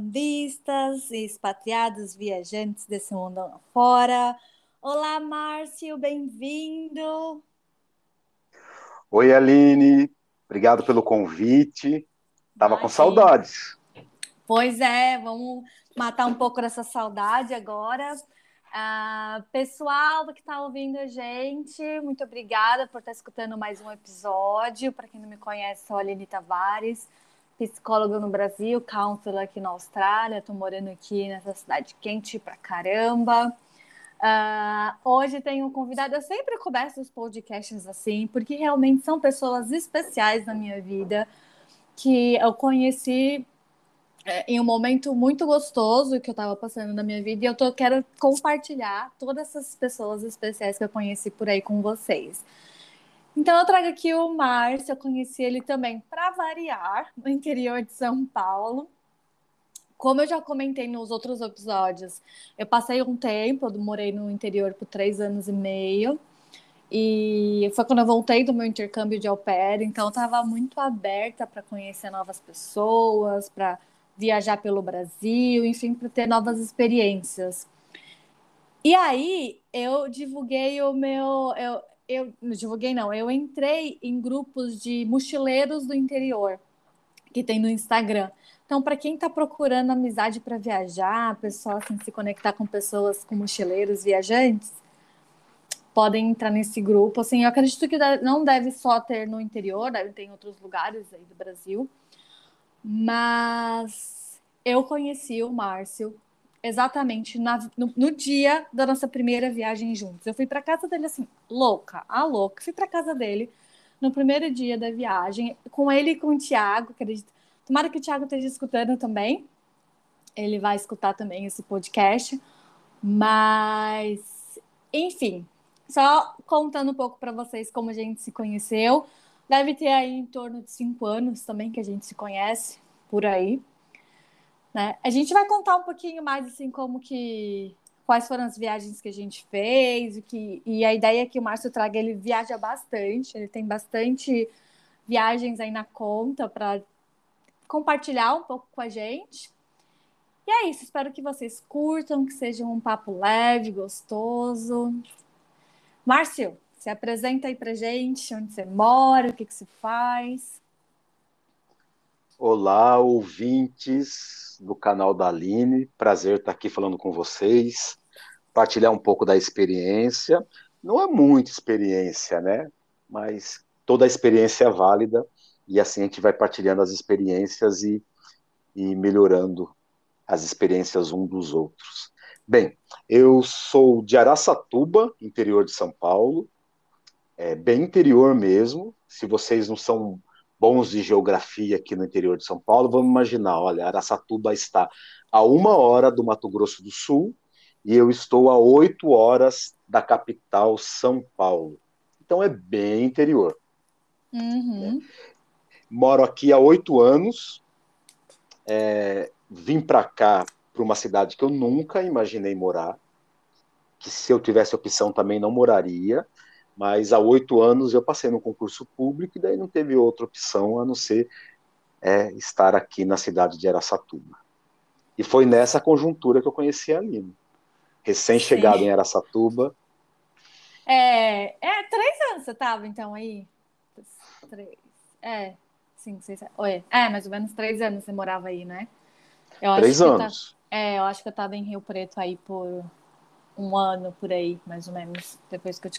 intercambistas e expatriados viajantes desse mundo afora. Olá, Márcio, bem-vindo. Oi, Aline, obrigado pelo convite. Tava com Imagina. saudades. Pois é, vamos matar um pouco dessa saudade agora. Pessoal que está ouvindo a gente, muito obrigada por estar escutando mais um episódio. Para quem não me conhece, sou a Aline Tavares, psicóloga no Brasil, counselor aqui na Austrália. Estou morando aqui nessa cidade quente pra caramba. Hoje tenho um convidado. Eu sempre começo os podcasts assim, porque realmente são pessoas especiais na minha vida que eu conheci em um momento muito gostoso que eu estava passando na minha vida e quero compartilhar todas essas pessoas especiais que eu conheci por aí com vocês. Então eu trago aqui o Márcio, eu conheci ele também para variar no interior de São Paulo. Como eu já comentei nos outros episódios, eu passei um tempo, eu morei no interior por 3 anos e meio. E foi quando eu voltei do meu intercâmbio de au pair, então eu estava muito aberta para conhecer novas pessoas, para viajar pelo Brasil, enfim, para ter novas experiências. E aí eu divulguei o meu. Eu não divulguei, não, eu entrei em grupos de mochileiros do interior que tem no Instagram. Então, para quem está procurando amizade para viajar, pessoal assim, se conectar com pessoas, com mochileiros, viajantes, podem entrar nesse grupo. Assim, eu acredito que não deve só ter no interior, deve ter em outros lugares aí do Brasil. Mas eu conheci o Márcio exatamente no dia da nossa primeira viagem juntos. Eu fui para casa dele assim, louca, a louca. Fui para casa dele no primeiro dia da viagem, com ele e com o Thiago, acredito. Tomara que o Thiago esteja escutando também. Ele vai escutar também esse podcast. Mas, enfim, só contando um pouco para vocês como a gente se conheceu. Deve ter aí em torno de 5 anos também que a gente se conhece, por aí, né? A gente vai contar um pouquinho mais, assim, quais foram as viagens que a gente fez, e a ideia é que o Márcio traga, ele viaja bastante, ele tem bastante viagens aí na conta para compartilhar um pouco com a gente. E é isso, espero que vocês curtam, que seja um papo leve, gostoso. Márcio, se apresenta aí pra gente, onde você mora, o que você faz. Olá, ouvintes do canal da Aline. Prazer estar aqui falando com vocês, partilhar um pouco da experiência. Não é muita experiência, né? Mas toda a experiência é válida e assim a gente vai partilhando as experiências e melhorando as experiências um dos outros. Bem, eu sou de Araçatuba, interior de São Paulo. É bem interior mesmo. Se vocês não são bons de geografia aqui no interior de São Paulo, vamos imaginar, olha, Araçatuba está a 1 hora do Mato Grosso do Sul e eu estou a 8 horas da capital São Paulo. Então é bem interior, né? Uhum. Moro aqui há 8 anos, vim para cá, para uma cidade que eu nunca imaginei morar, que se eu tivesse opção também não moraria, mas há 8 anos eu passei no concurso público e daí não teve outra opção a não ser estar aqui na cidade de Araçatuba. E foi nessa conjuntura que eu conheci a Aline. Sim. Recém-chegado em Araçatuba, 3 anos você tava, então, aí? Três. É, 5, 6, 7. Oi. Mais ou menos 3 anos você morava aí, né? Eu acho três que anos. eu acho que eu tava em Rio Preto aí por um ano, por aí, mais ou menos, depois que eu te...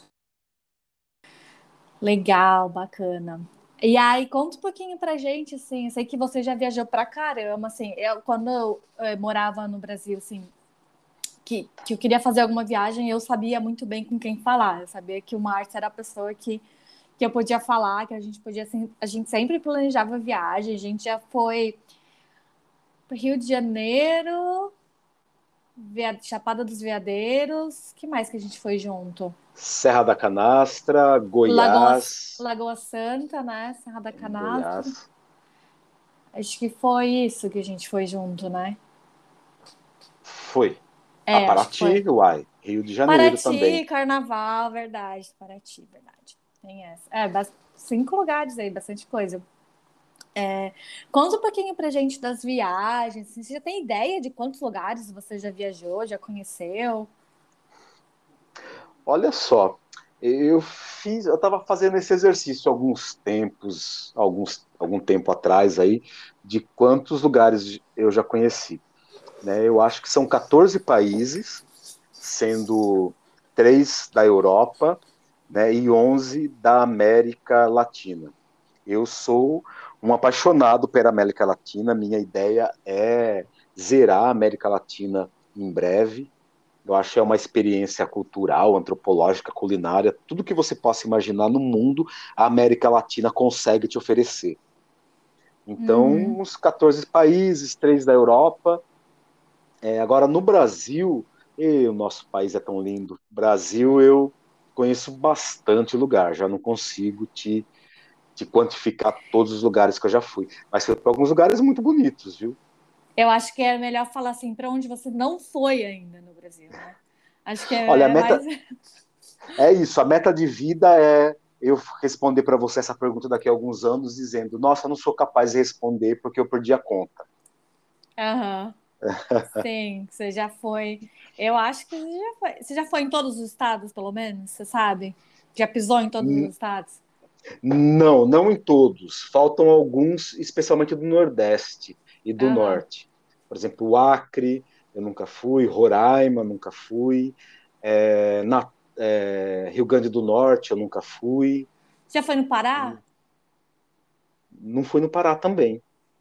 Legal, bacana. E aí, conta um pouquinho pra gente, assim, eu sei que você já viajou pra caramba, assim, quando eu morava no Brasil, assim, que eu queria fazer alguma viagem, eu sabia muito bem com quem falar. Eu sabia que o Márcio era a pessoa que eu podia falar, que a gente podia, assim, a gente sempre planejava viagem, a gente já foi pro Rio de Janeiro, Chapada dos Veadeiros, que mais que a gente foi junto? Serra da Canastra, Goiás, Lagoa Santa, né? Serra da Canastra. Goiás, Acho que foi isso que a gente foi junto, né? foi. A Acho que foi. Paraty, uai, Rio de Janeiro também. Paraty, Carnaval, verdade. Paraty, verdade. Tem essa. 5 lugares aí, bastante coisa. Conta um pouquinho pra gente das viagens. Você já tem ideia de quantos lugares você já viajou, já conheceu? Olha só, eu estava fazendo esse exercício algum tempo atrás aí, de quantos lugares eu já conheci, né? Eu acho que são 14 países, sendo 3 da Europa, né, e 11 da América Latina. Eu sou um apaixonado pela América Latina. Minha ideia é zerar a América Latina em breve. Eu acho que é uma experiência cultural, antropológica, culinária, tudo que você possa imaginar no mundo, a América Latina consegue te oferecer. Uhum. Então, uns 14 países, 3 da Europa. Agora, no Brasil, o nosso país é tão lindo. Brasil, eu conheço bastante lugar, já não consigo te quantificar todos os lugares que eu já fui. Mas fui para alguns lugares muito bonitos, viu? Eu acho que é melhor falar assim, para onde você não foi ainda no Brasil, né? Acho que Olha, é mais. é isso, a meta de vida é eu responder para você essa pergunta daqui a alguns anos dizendo, nossa, eu não sou capaz de responder porque eu perdi a conta. Aham. Sim, você já foi. Eu acho que você já foi. Você já foi em todos os estados, pelo menos, você sabe? Já pisou em todos os estados? Não, não em todos. Faltam alguns, especialmente do Nordeste e do Aham. Norte. Por exemplo, o Acre, eu nunca fui, Roraima, nunca fui, Rio Grande do Norte, eu nunca fui. Já foi no Pará? Não fui no Pará também.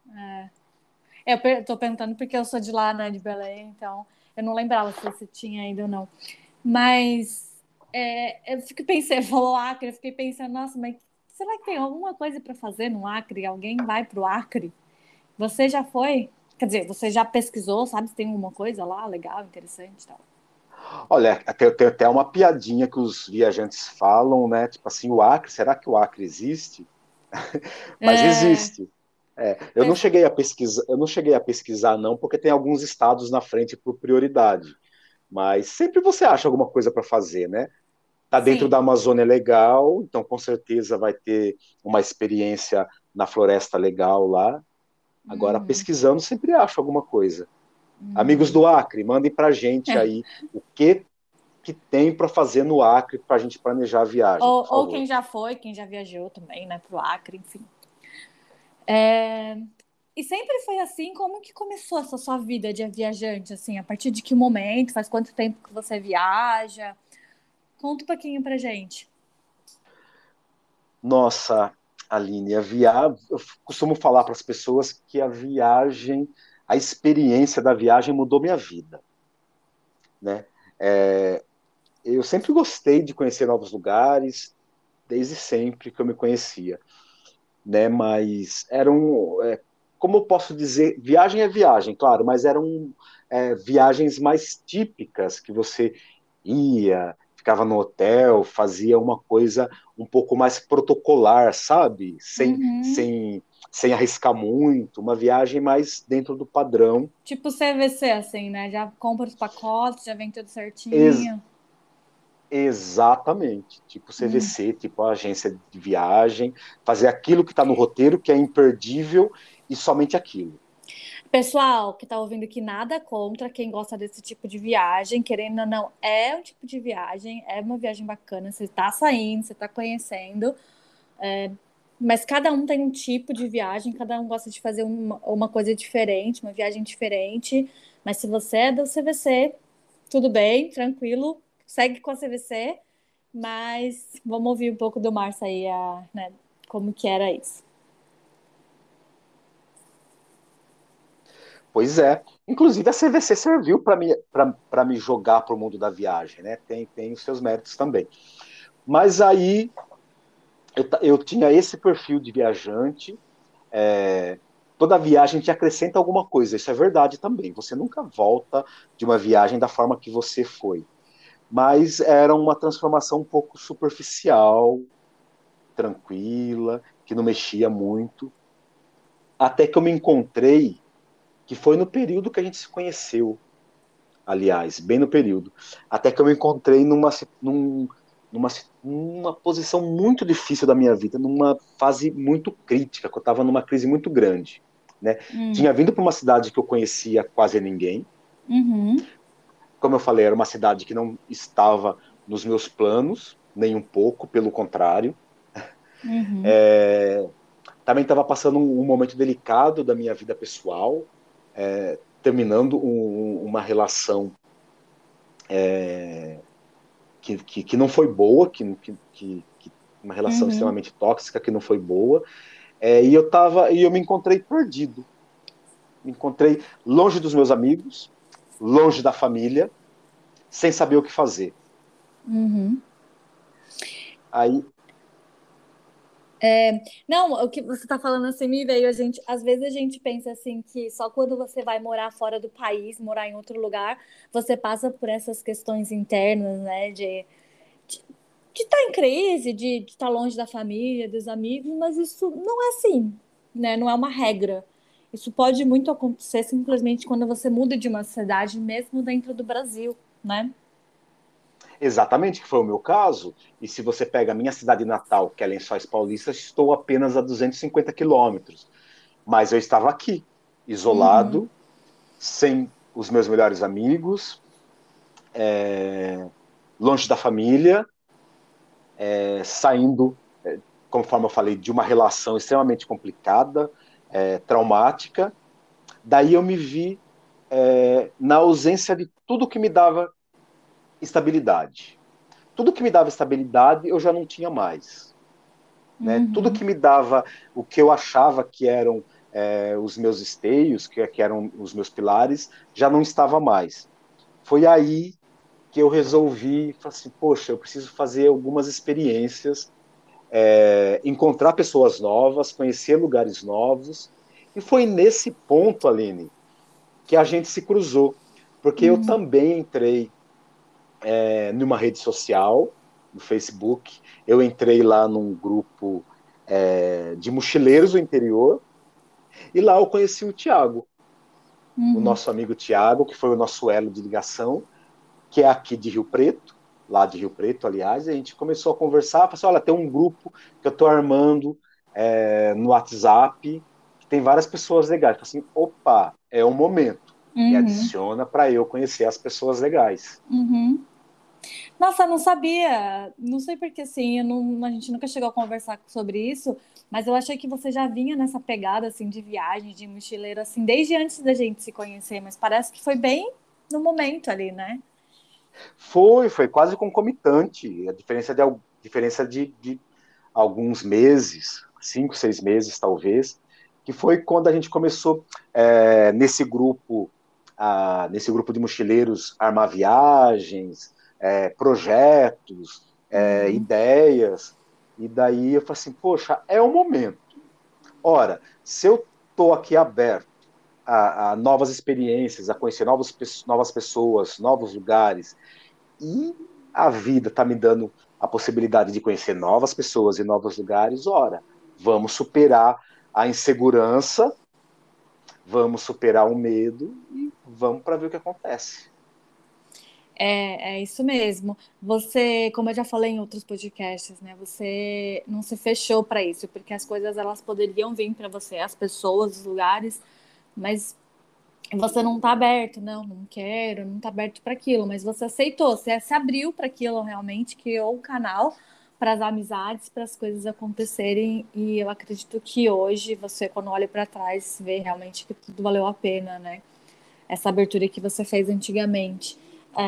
Tô perguntando porque eu sou de lá, né, de Belém, então eu não lembrava se você tinha ido ou não. Mas eu fiquei pensando, falou Acre, eu fiquei pensando, nossa, mas será que tem alguma coisa para fazer no Acre? Alguém vai pro Acre? Você já foi? Quer dizer, você já pesquisou, sabe se tem alguma coisa lá legal, interessante e tal? Olha, tem até uma piadinha que os viajantes falam, né? Tipo assim, o Acre, será que o Acre existe? Mas É, existe. Eu não pe- cheguei a pesquisar, não, porque tem alguns estados na frente por prioridade. Mas sempre você acha alguma coisa para fazer, né? Tá dentro da sim. Amazônia legal, então com certeza vai ter uma experiência na floresta legal lá. Agora, Uhum, pesquisando, sempre acho alguma coisa. Amigos uhum. do Acre, mandem pra gente aí o que tem para fazer no Acre para a gente planejar a viagem, por Ou favor. quem já foi, quem já viajou também, né, pro Acre, enfim. E sempre foi assim? Como que começou essa sua vida de viajante, assim? A partir de que momento? Faz quanto tempo que você viaja? Conta um pouquinho pra gente. Nossa, Aline, eu costumo falar para as pessoas que a experiência da viagem mudou minha vida, né? É, eu sempre gostei de conhecer novos lugares, desde sempre que eu me conhecia, né? Mas como eu posso dizer, viagem é viagem, claro, mas eram viagens mais típicas que você ia, ficava no hotel, fazia uma coisa um pouco mais protocolar, sabe? Uhum. Sem arriscar muito, uma viagem mais dentro do padrão. Tipo CVC, assim, né? Já compra os pacotes, já vem tudo Ex- certinho. Exatamente, tipo Hum. CVC, tipo a agência de viagem, fazer aquilo que está no roteiro, que é imperdível, e somente aquilo. Pessoal que tá ouvindo aqui, nada contra quem gosta desse tipo de viagem, querendo ou não, é um tipo de viagem, é uma viagem bacana, você tá saindo, você tá conhecendo, mas cada um tem um tipo de viagem, cada um gosta de fazer uma coisa diferente, uma viagem diferente. Mas se você é do CVC, tudo bem, tranquilo, segue com a CVC, mas vamos ouvir um pouco do Márcio aí, né, como que era isso. Pois é. Inclusive a CVC serviu para me jogar para o mundo da viagem, né? Tem os seus méritos também. Mas aí eu tinha esse perfil de viajante. é, Toda viagem te acrescenta alguma coisa, isso é verdade também. Você nunca volta de uma viagem da forma que você foi. Mas era uma transformação um pouco superficial, tranquila, que não mexia muito. Até que eu me encontrei, que foi no período que a gente se conheceu, aliás, bem no período. Até que eu me encontrei numa posição muito difícil da minha vida, numa fase muito crítica, que eu estava numa crise muito grande, né? Hum. Tinha vindo para uma cidade que eu conhecia quase ninguém. Uhum. Como eu falei, era uma cidade que não estava nos meus planos, nem um pouco, pelo contrário. Uhum. É, também estava passando um momento delicado da minha vida pessoal, terminando uma relação que não foi boa, uma relação Uhum. extremamente tóxica que não foi boa. E eu me encontrei perdido, me encontrei longe dos meus amigos, longe da família, sem saber o que fazer. Uhum. Aí, Não, o que você está falando assim me veio. Às vezes a gente pensa assim que só quando você vai morar fora do país, morar em outro lugar, você passa por essas questões internas, né? De estar em crise, de estar longe da família, dos amigos, mas isso não é assim, né? Não é uma regra. Isso pode muito acontecer simplesmente quando você muda de uma cidade, mesmo dentro do Brasil, né? exatamente, que foi o meu caso, e se você pega a minha cidade natal, que é Lençóis Paulista, estou apenas a 250 quilômetros, mas eu estava aqui, Uhum, isolado, sem os meus melhores amigos, longe da família, saindo, conforme eu falei, de uma relação extremamente complicada, traumática. Daí eu me vi na ausência de tudo que me dava estabilidade. Tudo que me dava estabilidade eu já não tinha mais. Né? Tudo uhum, que me dava o que eu achava que eram os meus esteios, que eram os meus pilares, já não estava mais. Foi aí que eu resolvi, falei assim, poxa, eu preciso fazer algumas experiências, encontrar pessoas novas, conhecer lugares novos. E foi nesse ponto, Aline, que a gente se cruzou, porque eu uhum, também entrei numa rede social, no Facebook, eu entrei lá num grupo de mochileiros do interior, e lá eu conheci o Tiago, o uhum, nosso amigo Tiago, que foi o nosso elo de ligação, que é aqui de Rio Preto, lá de Rio Preto, aliás, e a gente começou a conversar, falou assim, olha, tem um grupo que eu estou armando no WhatsApp, que tem várias pessoas legais. Eu falei assim, opa, é o momento. Me uhum, adiciona para eu conhecer as pessoas legais. uhum. Nossa, eu não sabia. Não sei porque assim, a gente nunca chegou a conversar sobre isso, mas eu achei que você já vinha nessa pegada assim de viagem, de mochileiro assim, desde antes da gente se conhecer, mas parece que foi bem no momento ali, né? Foi quase concomitante. A diferença de alguns meses, 5, 6 meses talvez, que foi quando a gente começou nesse grupo de mochileiros armar viagens, projetos, Uhum, ideias. E daí eu falei assim, poxa, é o momento. Ora, se eu estou aqui aberto a novas experiências, a conhecer novas pessoas, novos lugares, e a vida está me dando a possibilidade de conhecer novas pessoas e novos lugares, ora, vamos superar a insegurança, vamos superar o medo e vamos para ver o que acontece. é isso mesmo. Você, como eu já falei em outros podcasts, né? Você não se fechou para isso, porque as coisas elas poderiam vir para você, as pessoas, os lugares, mas você não tá aberto, não quero, não tá aberto para aquilo, mas você aceitou, você se abriu para aquilo realmente, criou um canal para as amizades, para as coisas acontecerem, e eu acredito que hoje você, quando olha para trás, vê realmente que tudo valeu a pena, né? Essa abertura que você fez antigamente.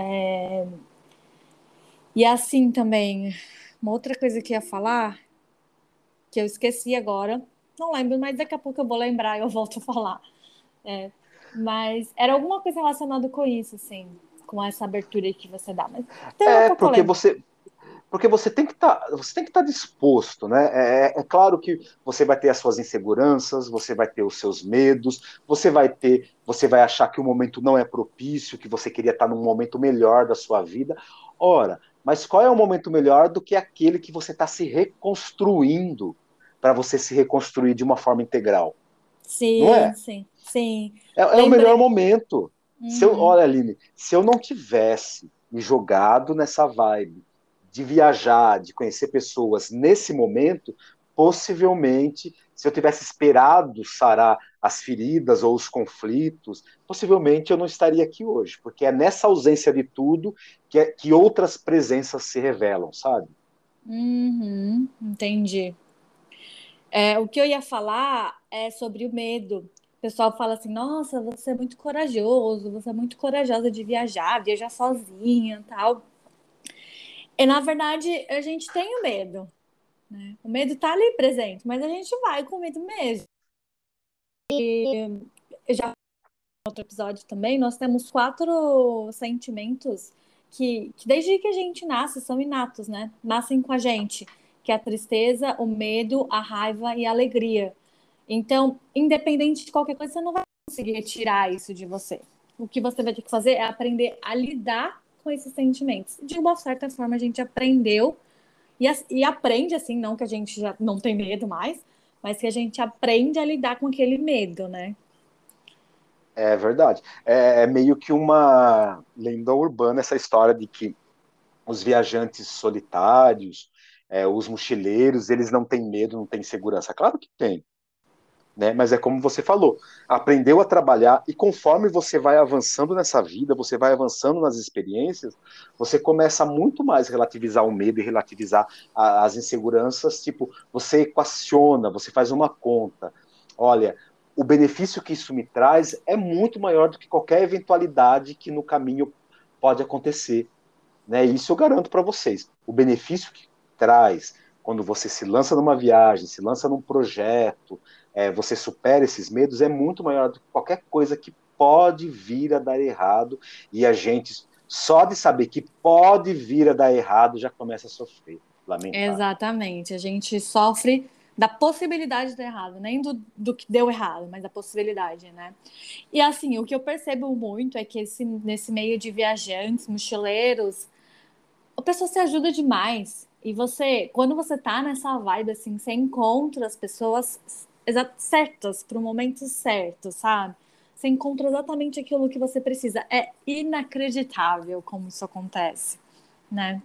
E assim também, uma outra coisa que eu ia falar, que eu esqueci agora, não lembro, mas daqui a pouco eu vou lembrar e eu volto a falar. É, mas era alguma coisa relacionada com isso, assim, com essa abertura aí que você dá. Mas daqui a É pouco eu porque lembro. você tem que estar disposto, né? É claro que você vai ter as suas inseguranças, você vai ter os seus medos, você vai achar que o momento não é propício, que você queria estar num momento melhor da sua vida. Ora, mas qual é o momento melhor do que aquele que você está se reconstruindo para você se reconstruir de uma forma integral? Não Sim, é? sim, sim. É o melhor Lembrei. momento. Uhum, Olha, Aline, se eu não tivesse me jogado nessa vibe de viajar, de conhecer pessoas nesse momento, possivelmente, se eu tivesse esperado sarar as feridas ou os conflitos, possivelmente eu não estaria aqui hoje, porque é nessa ausência de tudo que outras presenças se revelam, sabe? Uhum, entendi. O que eu ia falar é sobre o medo. O pessoal fala assim: nossa, você é muito corajoso, você é muito corajosa de viajar sozinha, tal. E na verdade, a gente tem o medo, né? O medo tá ali presente, mas a gente vai com medo mesmo. Eu já no outro episódio também, nós temos 4 sentimentos que desde que a gente nasce são inatos, né? Nascem com a gente, que é a tristeza, o medo, a raiva e a alegria. Então, independente de qualquer coisa, você não vai conseguir tirar isso de você. O que você vai ter que fazer é aprender a lidar com esses sentimentos. De uma certa forma, a gente aprendeu e aprende assim, não que a gente já não tem medo mais, mas que a gente aprende a lidar com aquele medo, né? É verdade. É meio que uma lenda urbana essa história de que os viajantes solitários, os mochileiros, eles não têm medo, não têm segurança. Claro que tem, né? Mas é como você falou, aprendeu a trabalhar e conforme você vai avançando nessa vida, você vai avançando nas experiências, você começa a muito mais relativizar o medo e relativizar as inseguranças, tipo, você equaciona, você faz uma conta. Olha, o benefício que isso me traz é muito maior do que qualquer eventualidade que no caminho pode acontecer, né? Isso eu garanto para vocês. O benefício que traz quando você se lança numa viagem, se lança num projeto, você supera esses medos, é muito maior do que qualquer coisa que pode vir a dar errado. E a gente, só de saber que pode vir a dar errado, já começa a sofrer. Lamentável. Exatamente. A gente sofre da possibilidade de dar errado, nem do que deu errado, mas da possibilidade, né? E assim, o que eu percebo muito é que nesse meio de viajantes, mochileiros, a pessoa se ajuda demais. E você, quando você tá nessa vibe, assim, você encontra as pessoas certas para o momento certo, sabe? Você encontra exatamente aquilo que você precisa. É inacreditável como isso acontece, né?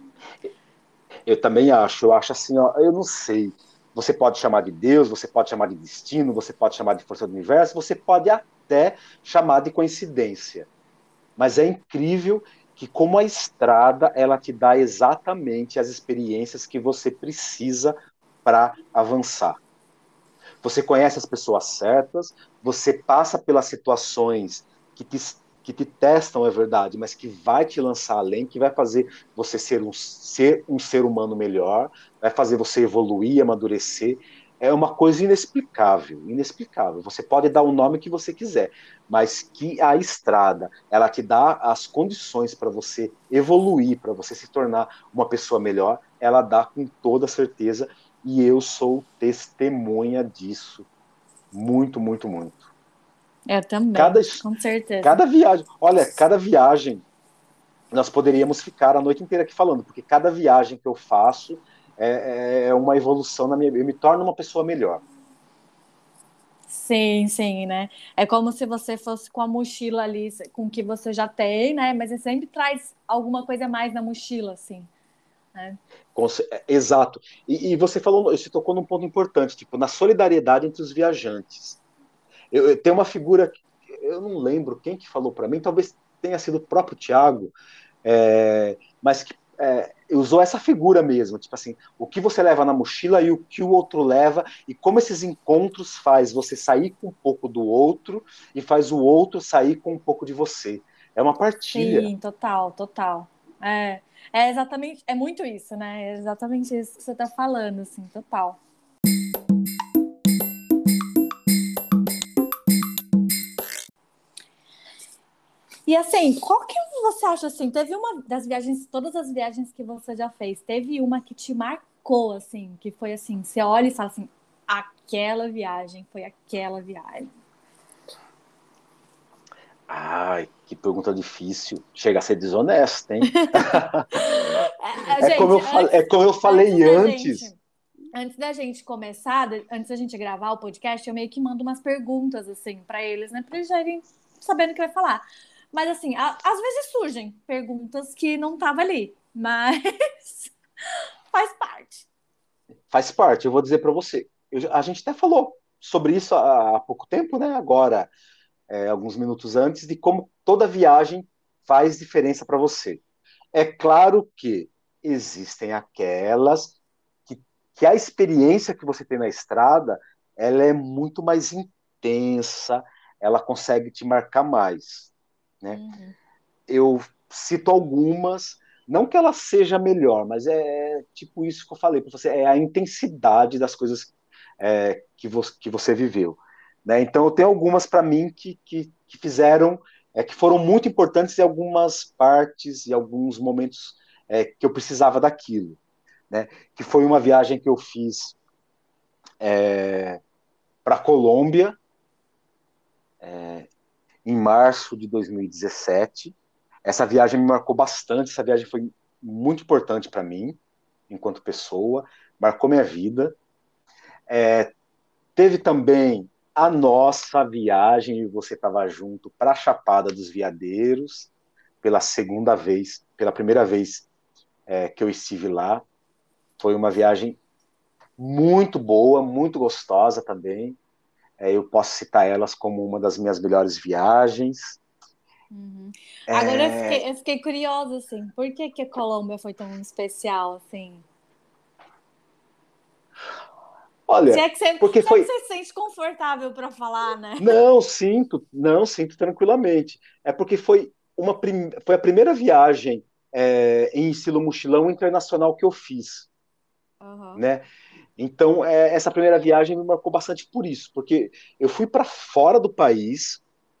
Eu também acho, eu acho assim, ó, eu não sei. Você pode chamar de Deus, você pode chamar de destino, você pode chamar de força do universo, você pode até chamar de coincidência. Mas é incrível que, como a estrada, ela te dá exatamente as experiências que você precisa para avançar. Você conhece as pessoas certas, você passa pelas situações que te, que te testam, é verdade, mas que vai te lançar além, que vai fazer você ser um ser humano melhor, vai fazer você evoluir, amadurecer. É uma coisa inexplicável, inexplicável. Você pode dar o nome que você quiser, mas que a estrada, ela te dá as condições para você evoluir, para você se tornar uma pessoa melhor, ela dá com toda certeza e eu sou testemunha disso. Muito, muito, muito. Eu Cada, também, com certeza. cada viagem, olha, cada viagem, nós poderíamos ficar a noite inteira aqui falando, porque cada viagem que eu faço é uma evolução na minha vida. Eu me torno uma pessoa melhor. Sim, sim, né? É como se você fosse com a mochila ali, com o que você já tem, né? Mas você sempre traz alguma coisa a mais na mochila, assim, né? Exato. E você falou, você tocou num ponto importante, tipo, na solidariedade entre os viajantes. Eu tenho uma figura, eu não lembro quem que falou para mim, talvez tenha sido o próprio Tiago, mas que usou essa figura mesmo, tipo assim, o que você leva na mochila e o que o outro leva, e como esses encontros faz você sair com um pouco do outro e faz o outro sair com um pouco de você. É uma partilha. Sim, total, total. É, é exatamente, é muito isso, né? É exatamente isso que você tá falando, assim, total. E assim, qual que você acha assim? Teve uma das viagens, todas as viagens que você já fez, teve uma que te marcou, assim, que foi assim, você olha e fala assim, aquela viagem foi aquela viagem. Ai, que pergunta difícil. Chega a ser desonesta, hein? Gente, É como eu antes falei da gente, antes. antes da gente começar, antes da gente gravar o podcast, eu meio que mando umas perguntas assim para eles, né, para eles já irem sabendo o que vai falar. Mas assim, às vezes surgem perguntas que não tava ali, mas Faz parte. Faz parte, eu vou dizer para você. A gente até falou sobre isso há pouco tempo, né? Agora, alguns minutos antes, de como toda viagem faz diferença para você. É claro que existem aquelas que, que a experiência que você tem na estrada, ela é muito mais intensa, ela consegue te marcar mais, né? Uhum. Eu cito algumas, não que ela seja melhor, mas é tipo isso que eu falei para você, é a intensidade das coisas que você viveu. Né? Então, eu tenho algumas para mim que fizeram, que foram muito importantes em algumas partes e alguns momentos que eu precisava daquilo. Né? Que foi uma viagem que eu fiz para a Colômbia em março de 2017. Essa viagem me marcou bastante, essa viagem foi muito importante para mim, enquanto pessoa, marcou minha vida. Teve também a nossa viagem, e você estava junto, para a Chapada dos Veadeiros, pela segunda vez, pela primeira vez que eu estive lá. Foi uma viagem muito boa, muito gostosa também. Eu posso citar elas como uma das minhas melhores viagens. Uhum. Agora É, eu fiquei curiosa, assim, por que que a Colômbia foi tão especial, assim? olha, porque Se é que foi. você se sente confortável para falar, né? Não sinto tranquilamente. É porque foi a primeira viagem em estilo mochilão internacional que eu fiz, Aham. né? Então, essa primeira viagem me marcou bastante por isso, porque eu fui para fora do país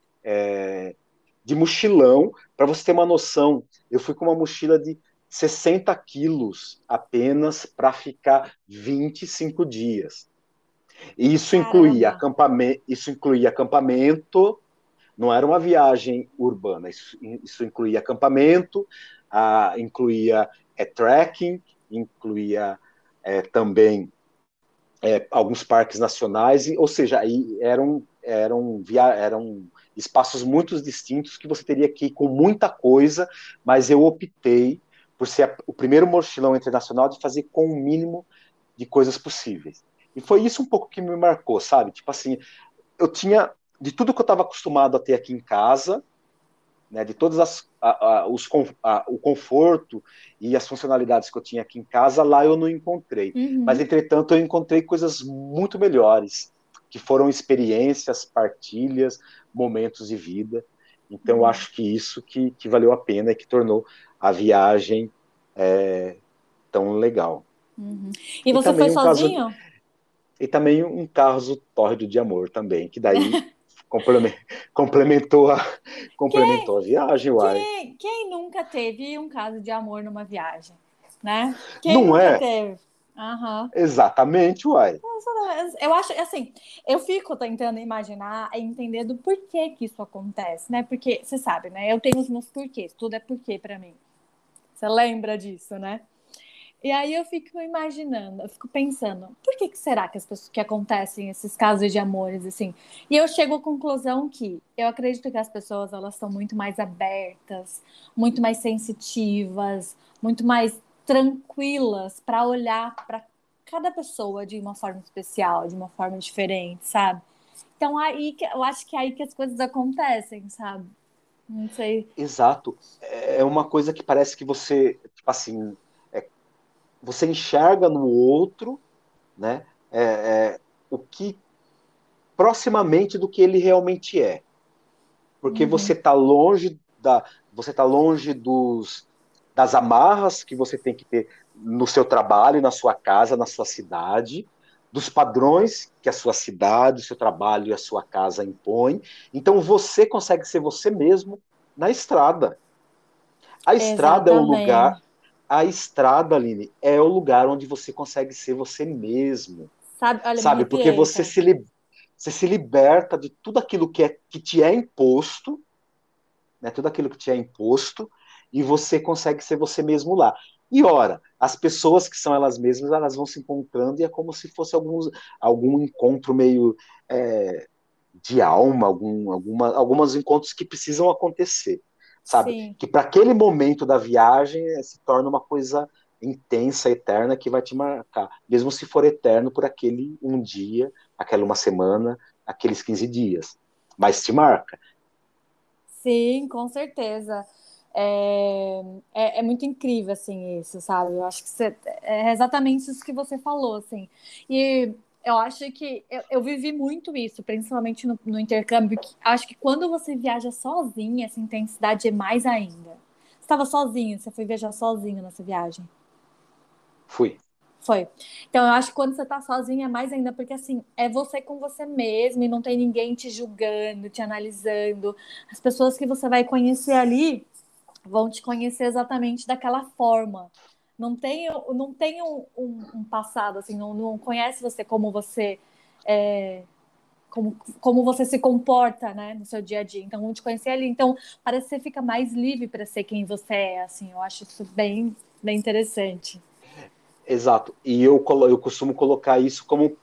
de mochilão. Para você ter uma noção, eu fui com uma mochila de 60 quilos apenas para ficar 25 dias. E Caramba. isso incluía acampamento. Não era uma viagem urbana, isso incluía acampamento, incluía trekking, incluía também alguns parques nacionais, ou seja, aí eram espaços muito distintos que você teria que ir com muita coisa, mas eu optei por ser o primeiro mochilão internacional de fazer com o mínimo de coisas possíveis. E foi isso um pouco que me marcou, sabe? Tipo assim, eu tinha de tudo que eu estava acostumado a ter aqui em casa, né, de todas o conforto e as funcionalidades que eu tinha aqui em casa, lá eu não encontrei. Mas, Uhum. entretanto, eu encontrei coisas muito melhores, que foram experiências, partilhas, momentos de vida. Então, eu Uhum. acho que isso que valeu a pena e que tornou a viagem tão legal. Uhum. E E você foi também um caso sozinho? E também um caso tórrido de amor também, que daí complemen- complementou a, complementou Quem, a viagem, uai. quem nunca teve um caso de amor numa viagem, né? Quem Não nunca é? teve? Aham. Exatamente, uai. Eu acho, assim, eu fico tentando imaginar e entender do porquê que isso acontece, né? Porque, você sabe, né? Eu tenho os meus porquês, tudo é porquê pra mim. Você lembra disso, né? E aí eu fico imaginando, eu fico pensando, por que será que as pessoas que acontecem esses casos de amores assim? E eu chego à conclusão que eu acredito que as pessoas elas são muito mais abertas, muito mais sensitivas, muito mais tranquilas para olhar para cada pessoa de uma forma especial, de uma forma diferente, sabe? Então eu acho que é aí que as coisas acontecem, sabe? Não sei. Exato. É uma coisa que parece que você, tipo assim, você enxerga no outro, né? O que proximamente do que ele realmente é. Porque Uhum, você tá longe das amarras que você tem que ter no seu trabalho, na sua casa, na sua cidade, dos padrões que a sua cidade, o seu trabalho e a sua casa impõem. Então você consegue ser você mesmo na estrada. A estrada é o lugar, exatamente. a estrada, Aline, é o lugar onde você consegue ser você mesmo, Sabe? Olha, me sabe? Porque arrepiei, cara. você se liberta de tudo aquilo que te é imposto, né, tudo aquilo que te é imposto, e você consegue ser você mesmo lá. E ora, as pessoas que são elas mesmas, elas vão se encontrando e é como se fosse algum encontro meio de alma, alguns encontros que precisam acontecer, sabe? Sim. Que para aquele momento da viagem se torna uma coisa intensa, eterna, que vai te marcar, mesmo se for eterno por aquele um dia, aquela uma semana, aqueles 15 dias, mas te marca. Sim, com certeza. É muito incrível, assim, isso, sabe? Eu acho que é exatamente isso que você falou, assim. E eu acho que eu vivi muito isso, principalmente no intercâmbio, que acho que quando você viaja sozinha, essa intensidade é mais ainda. Você estava sozinho, você foi viajar sozinho nessa viagem? Fui. Foi. Então, eu acho que quando você tá sozinha é mais ainda, porque assim, é você com você mesmo e não tem ninguém te julgando, te analisando. As pessoas que você vai conhecer ali vão te conhecer exatamente daquela forma. Não tem um passado, assim, não conhece você como você é, como você se comporta, né, no seu dia a dia. Então, vão te conhecer ali. Então, parece que você fica mais livre para ser quem você é, assim. Eu acho isso bem interessante. Exato. E eu costumo colocar isso como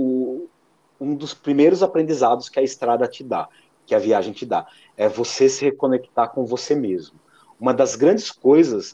um dos primeiros aprendizados que a estrada te dá, que a viagem te dá. É você se reconectar com você mesmo. Uma das grandes coisas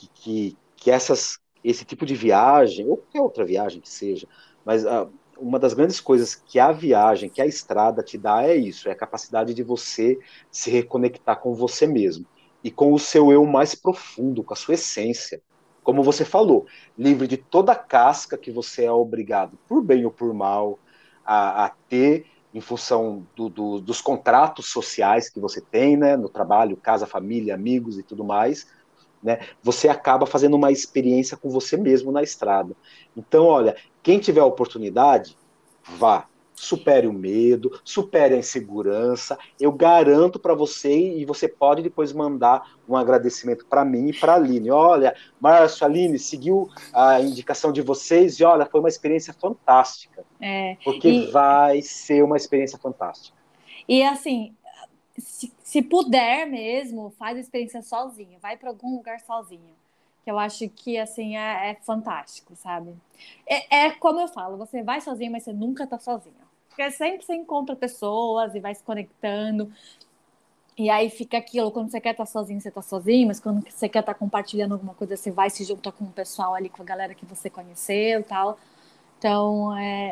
que esse tipo de viagem, ou qualquer outra viagem que seja, mas uma das grandes coisas que a viagem, que a estrada te dá é isso, é a capacidade de você se reconectar com você mesmo e com o seu eu mais profundo, com a sua essência. Como você falou, livre de toda a casca que você é obrigado, por bem ou por mal, a ter em função dos contratos sociais que você tem, né, no trabalho, casa, família, amigos e tudo mais, né, você acaba fazendo uma experiência com você mesmo na estrada. Então, olha, quem tiver a oportunidade, vá. Supere o medo, supere a insegurança. Eu garanto para você, e você pode depois mandar um agradecimento para mim e para a Aline. Olha, Márcio, Aline, seguiu a indicação de vocês e olha, foi uma experiência fantástica, É, porque e, vai ser uma experiência fantástica. e assim, se puder mesmo, faz a experiência sozinho, vai para algum lugar sozinho. Que eu acho que assim é fantástico, sabe? É como eu falo, você vai sozinho, mas você nunca tá sozinho. Porque sempre você encontra pessoas e vai se conectando. E aí fica aquilo, quando você quer estar sozinho, você tá sozinho, mas quando você quer estar compartilhando alguma coisa, você vai se juntar com o pessoal ali, com a galera que você conheceu e tal. Então,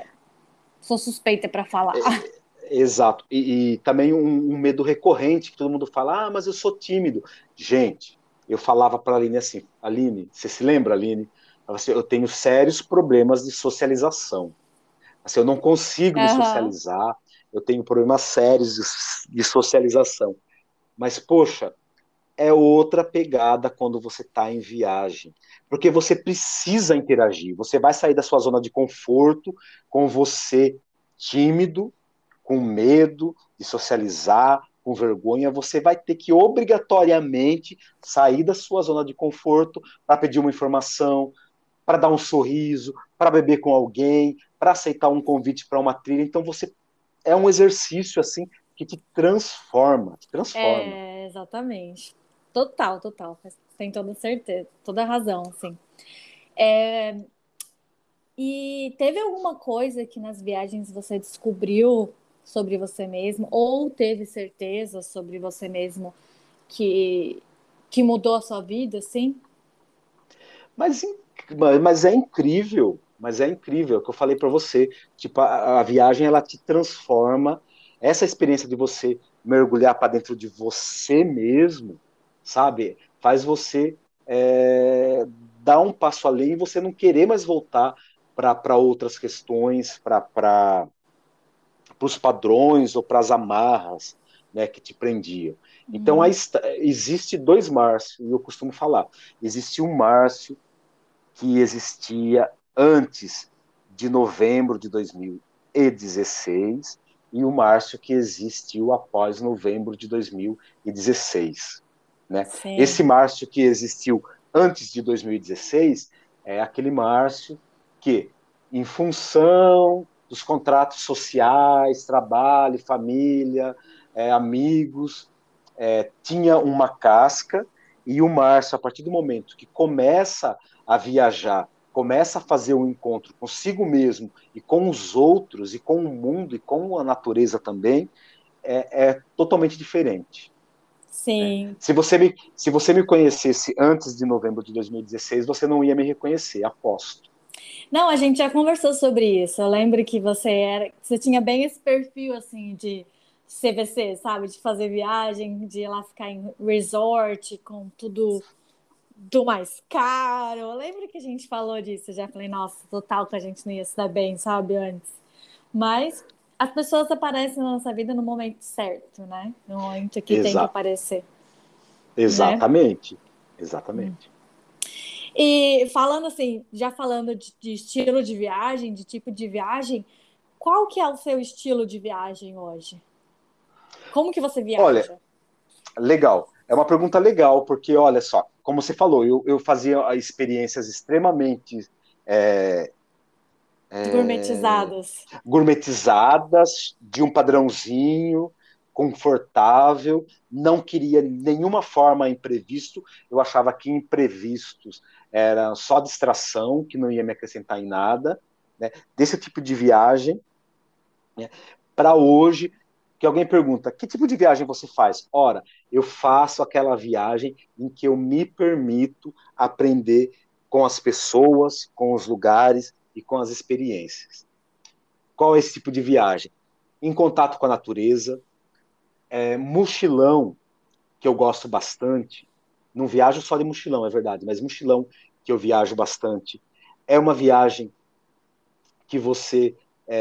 sou suspeita para falar. Exato. E também um medo recorrente que todo mundo fala: ah, mas eu sou tímido. Gente, eu falava para a Aline assim: Aline, você se lembra, Aline? Assim, eu tenho sérios problemas de socialização. Assim, eu não consigo me Aham. socializar, eu tenho problemas sérios de socialização. Mas, poxa, é outra pegada quando você está em viagem. Porque você precisa interagir. Você vai sair da sua zona de conforto com você tímido, com medo de socializar, com vergonha. Você vai ter que obrigatoriamente sair da sua zona de conforto para pedir uma informação, para dar um sorriso, para beber com alguém, para aceitar um convite para uma trilha. Então você é um exercício assim que te transforma, te transforma. Exatamente. Total, total. Tem toda certeza, toda razão, assim. E teve alguma coisa que nas viagens você descobriu sobre você mesmo, ou teve certeza sobre você mesmo que, que mudou a sua vida, assim? Mas, mas é incrível, é o que eu falei para você, tipo, a viagem ela te transforma, essa experiência de você mergulhar para dentro de você mesmo, sabe, faz você dar um passo além e você não querer mais voltar para outras questões, para os padrões ou para as amarras, né, que te prendiam. Então, Uhum. existe dois Márcio, e eu costumo falar, existe um Márcio que existia antes de novembro de 2016 e o Márcio que existiu após novembro de 2016. Né? Esse Sim. Márcio que existiu antes de 2016 é aquele Márcio que, em função dos contratos sociais, trabalho, família, amigos, tinha uma casca, e o Márcio, a partir do momento que começa a viajar, começa a fazer um encontro consigo mesmo e com os outros, e com o mundo, e com a natureza também, é totalmente diferente. Sim. Se você me conhecesse antes de novembro de 2016, você não ia me reconhecer, aposto. Não, a gente já conversou sobre isso. Eu lembro que você tinha bem esse perfil assim de CVC, sabe? De fazer viagem, de ir lá ficar em resort com tudo do mais caro. Eu lembro que a gente falou disso. Eu já falei, nossa, total que a gente não ia se dar bem, sabe, antes. Mas as pessoas aparecem na nossa vida no momento certo, né? No momento que tem que Exa aparecer, né? exatamente. Exatamente. E falando assim, já falando de estilo de viagem, de tipo de viagem, qual que é o seu estilo de viagem hoje? Como que você Olha, viaja? legal. É uma pergunta legal, porque olha só, como você falou, eu fazia experiências extremamente é, Gourmetizadas. gourmetizadas, de um padrãozinho, confortável, não queria nenhuma forma imprevisto, eu achava que imprevistos era só distração, que não ia me acrescentar em nada, né? Desse tipo de viagem, né? Para hoje, que alguém pergunta, que tipo de viagem você faz? Ora, eu faço aquela viagem em que eu me permito aprender com as pessoas, com os lugares e com as experiências. Qual é esse tipo de viagem? Em contato com a natureza, mochilão, que eu gosto bastante. Não viajo só de mochilão, é verdade, mas mochilão que eu viajo bastante. É uma viagem que você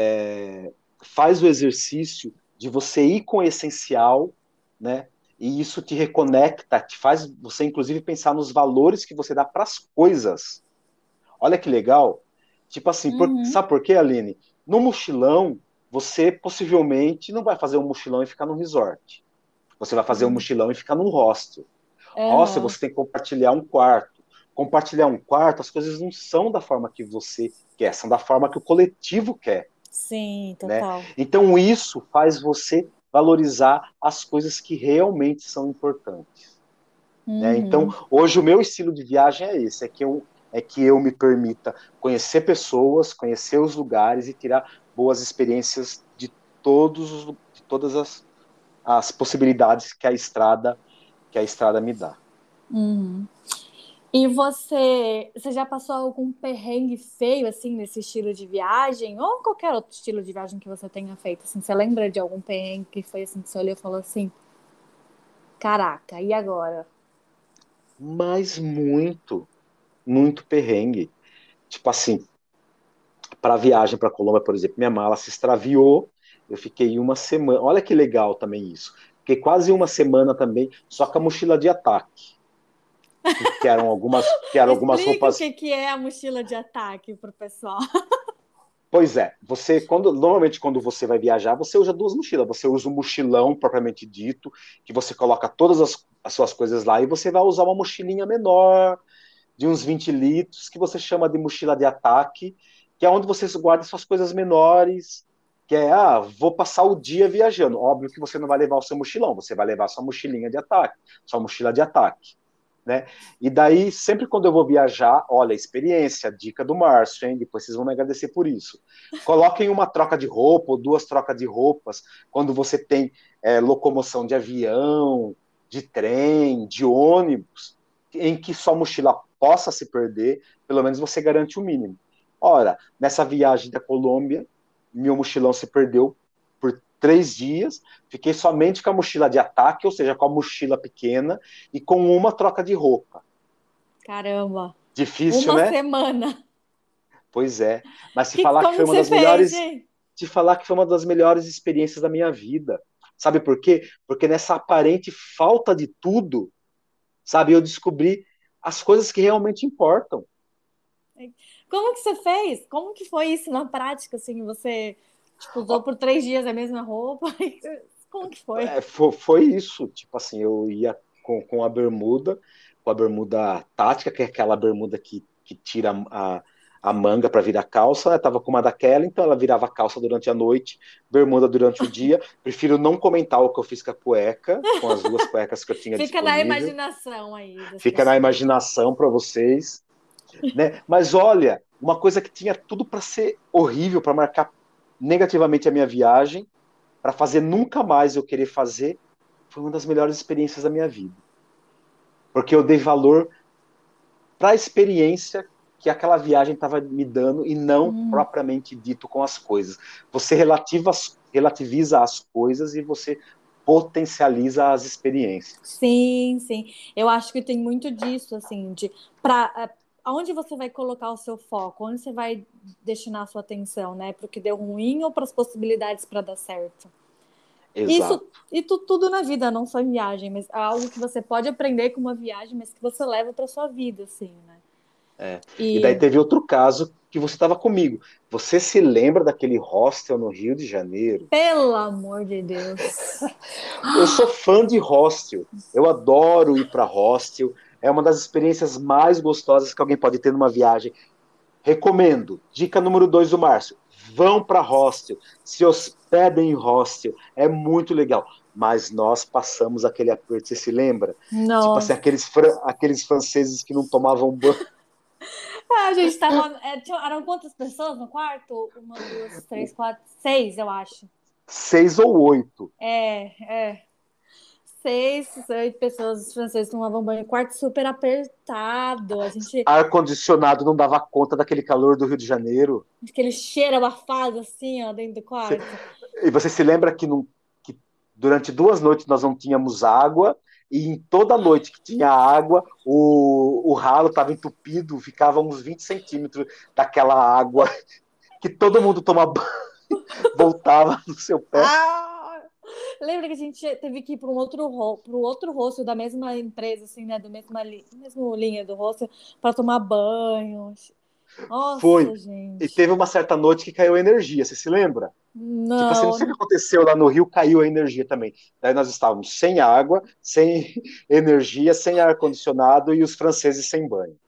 faz o exercício de você ir com o essencial, né? E isso te reconecta, te faz você, inclusive, pensar nos valores que você dá para as coisas. Olha que legal. Tipo assim, Uhum, sabe por quê, Aline? No mochilão, você possivelmente não vai fazer um mochilão e ficar num resort. Você vai fazer um sim. mochilão e ficar num hostel. Hostel, Aham. você tem que compartilhar um quarto. Compartilhar um quarto, as coisas não são da forma que você quer, são da forma que o coletivo quer, Sim, né? total. Então isso faz você valorizar as coisas que realmente são importantes, né? Então Uhum. hoje o meu estilo de viagem é esse, é que eu me permita conhecer pessoas, conhecer os lugares e tirar boas experiências de de todas as possibilidades que a estrada me dá. Uhum. E você já passou algum perrengue feio assim nesse estilo de viagem ou qualquer outro estilo de viagem que você tenha feito? Assim, você lembra de algum perrengue que foi assim que você olhou e falou assim, caraca, e agora? Mas muito perrengue. Tipo assim, para a viagem para a Colômbia, por exemplo, minha mala se extraviou, eu fiquei uma semana. Olha que legal também isso. Fiquei quase uma semana também, só com a mochila de ataque, que eram algumas Explique o roupas. que que é a mochila de ataque pro pessoal. Pois é, você normalmente quando você vai viajar, você usa duas mochilas. Você usa um mochilão propriamente dito, que você coloca todas as suas coisas lá, e você vai usar uma mochilinha menor, de uns 20 litros, que você chama de mochila de ataque, que é onde você guarda suas coisas menores, que é, vou passar o dia viajando. Óbvio que você não vai levar o seu mochilão, você vai levar sua mochilinha de ataque, sua mochila de ataque, né? E daí, sempre quando eu vou viajar, olha, experiência, dica do Márcio, hein? Depois vocês vão me agradecer por isso. Coloquem uma troca de roupa ou duas trocas de roupas quando você tem locomoção de avião, de trem, de ônibus, em que sua mochila possa se perder, pelo menos você garante o mínimo. Ora, nessa viagem da Colômbia, meu mochilão se perdeu por 3 dias, fiquei somente com a mochila de ataque, ou seja, com a mochila pequena, e com uma troca de roupa. Caramba, Difícil, uma né? semana. Pois é. Mas se falar que Como foi que uma você das fez, melhores, gente? te falar que foi uma das melhores experiências da minha vida. Sabe por quê? Porque nessa aparente falta de tudo, sabe, eu descobri as coisas que realmente importam. Como que você fez? Como que foi isso na prática, assim? Você, tipo, usou por 3 dias a mesma roupa? Como que foi? Foi isso. Tipo assim, eu ia com a bermuda tática, que é aquela bermuda que tira a manga para virar calça, né? Tava com uma daquela, então ela virava calça durante a noite, bermuda durante o dia. Prefiro não comentar o que eu fiz com a cueca, com as duas cuecas que eu tinha Fica na disponível. imaginação aí das Fica na pessoas. imaginação para vocês, né? Mas olha, uma coisa que tinha tudo para ser horrível, para marcar negativamente a minha viagem, para fazer nunca mais eu querer fazer, foi uma das melhores experiências da minha vida. Porque eu dei valor para a experiência que aquela viagem estava me dando e não Hum. propriamente dito com as coisas. Você relativiza as coisas e você potencializa as experiências. Sim, sim. Eu acho que tem muito disso, assim, de para aonde você vai colocar o seu foco, onde você vai destinar a sua atenção, né? Para o que deu ruim ou para as possibilidades para dar certo. Isso Exato. e tudo na vida, não só em viagem, mas é algo que você pode aprender com uma viagem, mas que você leva para sua vida, assim, né? É. E daí E teve outro caso que você estava comigo. Você se lembra daquele hostel no Rio de Janeiro? pelo amor de Deus. Eu sou fã de hostel. Eu adoro ir para hostel. É uma das experiências mais gostosas que alguém pode ter numa viagem. Recomendo. Dica número 2 do Márcio. Vão para hostel. Se hospedem em hostel. É muito legal. Mas nós passamos aquele aperto, você se lembra? Tipo assim, Nossa. aqueles franceses que não tomavam banho. A gente tava. Eram quantas pessoas no quarto? Uma, duas, três, quatro, seis, eu acho. 6 ou 8. É. Seis, oito pessoas franceses tomavam banho. Quarto super apertado. A gente. Ar-condicionado não dava conta daquele calor do Rio de Janeiro. Aquele cheiro abafado assim, ó, dentro do Você- quarto. E você se lembra que durante 2 noites nós não tínhamos água, e em toda noite que tinha água, o ralo estava entupido, ficava uns 20 centímetros daquela água que todo mundo tomava banho, voltava no seu pé. Ah! Lembra que a gente teve que ir para pro outro rosto da mesma empresa, assim, né? Do mesmo linha do rosto, para tomar banho. Foi. Nossa, E gente. teve uma certa noite que caiu a energia, você se lembra? Tipo assim, não sei o Não. que aconteceu lá no Rio, caiu a energia também. Daí nós estávamos sem água, sem energia, sem ar-condicionado e os franceses sem banho.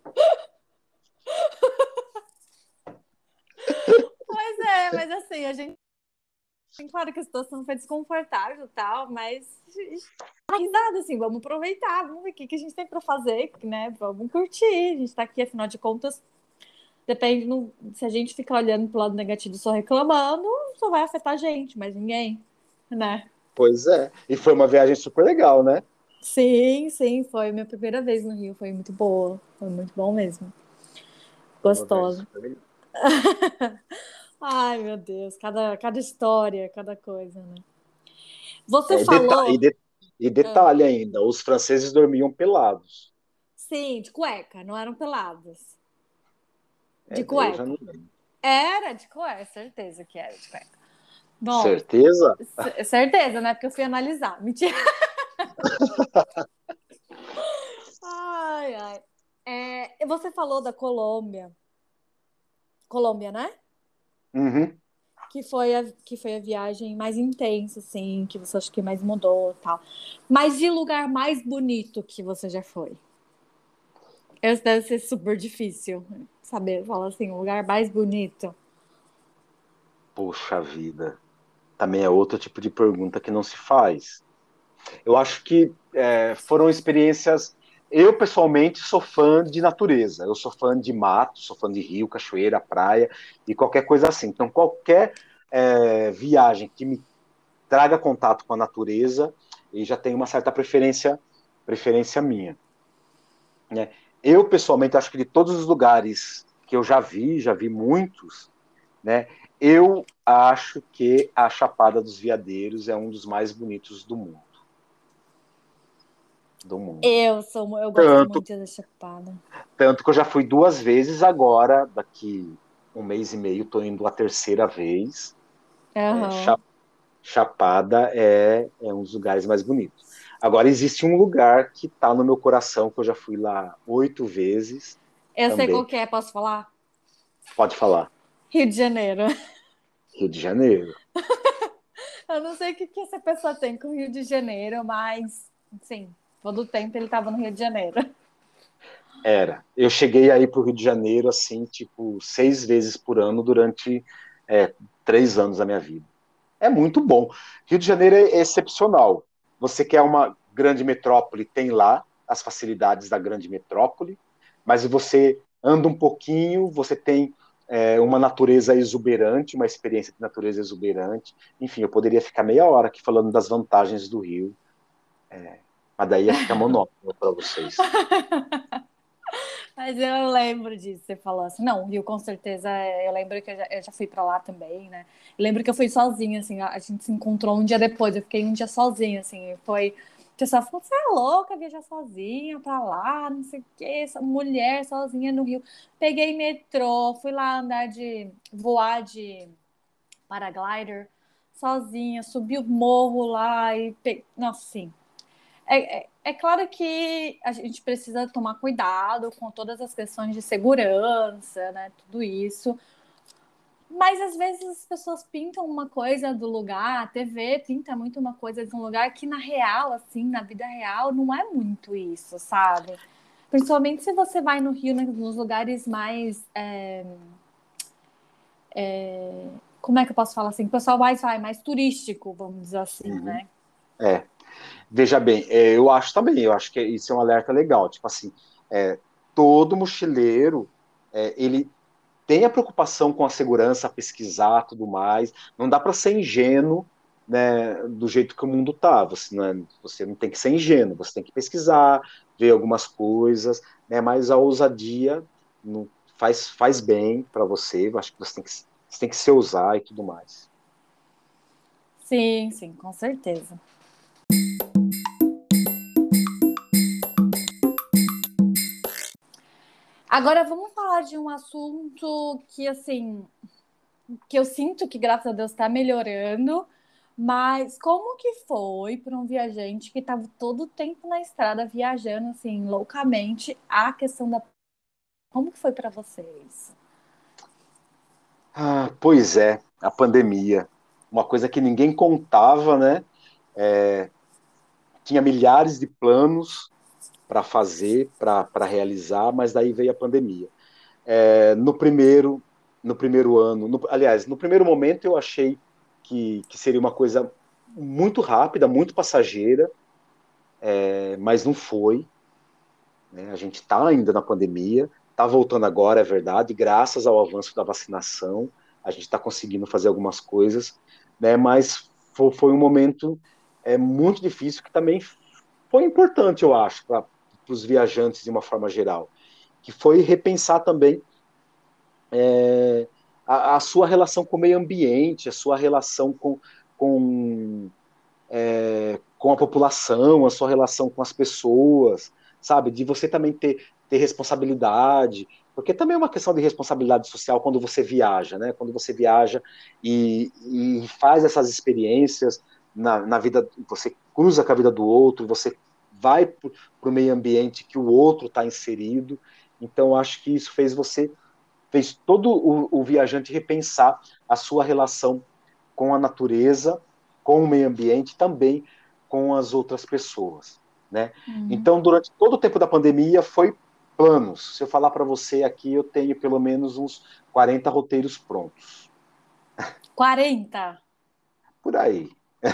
Pois é, mas assim, a gente. Claro que a situação foi desconfortável e tal, mas tá risada, assim, vamos aproveitar, vamos ver o que, que a gente tem para fazer, né? Vamos curtir. A gente tá aqui, afinal de contas, depende se a gente ficar olhando pro lado negativo e só reclamando, só vai afetar a gente, mas ninguém, né? Pois é. E foi uma viagem super legal, né? Sim, sim, foi minha primeira vez no Rio, foi muito boa, foi muito bom mesmo. Foi uma viagem Gostosa. super legal. Ai, meu Deus, cada história, cada coisa, né? Você É, falou, e ah, detalhe ainda, os franceses dormiam pelados. sim, de cueca, não eram pelados. De É, daí eu já cueca. não lembro. Era de cueca, certeza que era de cueca. Bom, Certeza? certeza, né? Porque eu fui analisar. Mentira. Ai, ai. Você falou da Colômbia. Colômbia, né? Uhum. Que foi a viagem mais intensa, assim, que você acha que mais mudou e tal. Mas de lugar mais bonito que você já foi? Esse deve ser super difícil saber. Fala assim, o lugar mais bonito. Poxa vida. Também é outro tipo de pergunta que não se faz. Eu acho que foram experiências. Eu, pessoalmente, sou fã de natureza. Eu sou fã de mato, sou fã de rio, cachoeira, praia e qualquer coisa assim. Então, qualquer viagem que me traga contato com a natureza, e já tem uma certa preferência minha, né? Eu, pessoalmente, acho que de todos os lugares que eu já vi muitos, né? Eu acho que a Chapada dos Veadeiros é um dos mais bonitos do mundo. Do mundo. Eu gosto Tanto, muito da Chapada. tanto que eu já fui 2 vezes agora, daqui um mês e meio, estou indo a terceira vez. É, Aham. Chapada é um dos lugares mais bonitos. Agora, existe um lugar que está no meu coração, que eu já fui lá 8 vezes Eu sei qual também. que é, posso falar? Pode falar. Rio de Janeiro. Rio de Janeiro. Eu não sei o que, que essa pessoa tem com o Rio de Janeiro, mas, sim, todo o tempo ele estava no Rio de Janeiro. Era. Eu cheguei aí para o Rio de Janeiro, assim, tipo, 6 vezes por ano durante 3 anos da minha vida. É muito bom. Rio de Janeiro é excepcional. Você quer uma grande metrópole, tem lá as facilidades da grande metrópole, mas você anda um pouquinho, você tem uma natureza exuberante, uma experiência de natureza exuberante. Enfim, eu poderia ficar meia hora aqui falando das vantagens do Rio, Mas daí ia ficar monótono para vocês. Mas eu lembro disso, você falou assim, não, o Rio com certeza, eu lembro que eu já fui pra lá também, né? Eu lembro que eu fui sozinha, assim, a gente se encontrou um dia depois, eu fiquei um dia sozinha, assim, foi, o pessoal falou, você é louca viajar sozinha pra lá, não sei o quê, essa mulher sozinha no Rio. Peguei metrô, fui lá voar de paraglider, sozinha, subi o morro lá nossa, assim, é claro que a gente precisa tomar cuidado com todas as questões de segurança, né? Tudo isso. Mas às vezes as pessoas pintam uma coisa do lugar, a TV pinta muito uma coisa de um lugar que na real, assim, na vida real, não é muito isso, sabe? Principalmente se você vai no Rio, né, nos lugares mais. Como é que eu posso falar assim? O pessoal mais turístico, vamos dizer assim, Uhum. né? É. Veja bem, eu acho também, eu acho que isso é um alerta legal. Tipo assim, é, todo mochileiro, ele tem a preocupação com a segurança, pesquisar tudo mais. Não dá para ser ingênuo, né, do jeito que o mundo está. Você não tem que ser ingênuo, você tem que pesquisar, ver algumas coisas, né, mas a ousadia não, faz bem para você. Eu acho que você tem que se ousar e tudo mais. Sim, sim, com certeza. Agora vamos falar de um assunto que, assim, que eu sinto que, graças a Deus, está melhorando, mas como que foi para um viajante que estava todo o tempo na estrada viajando, assim, loucamente, a questão da... Como que foi para vocês? Ah, pois é, a pandemia. Uma coisa que ninguém contava, né? É, tinha milhares de planos para fazer, para realizar, mas daí veio a pandemia. É, no primeiro ano, aliás, no primeiro momento eu achei que seria uma coisa muito rápida, muito passageira, mas não foi. Né? A gente está ainda na pandemia, está voltando agora, é verdade, graças ao avanço da vacinação, a gente está conseguindo fazer algumas coisas, né? Mas foi um momento muito difícil que também foi importante, eu acho, para os viajantes de uma forma geral, que foi repensar também a sua relação com o meio ambiente, a sua relação com com a população, a sua relação com as pessoas, sabe? De você também ter responsabilidade, porque também é uma questão de responsabilidade social quando você viaja, né? Quando você viaja e faz essas experiências na vida, você cruza com a vida do outro, você vai para o meio ambiente que o outro está inserido. Então, acho que isso fez todo o viajante repensar a sua relação com a natureza, com o meio ambiente, também com as outras pessoas, né? Uhum. Então, durante todo o tempo da pandemia, foi planos. Se eu falar para você aqui, eu tenho pelo menos uns 40 roteiros prontos. 40? Por aí.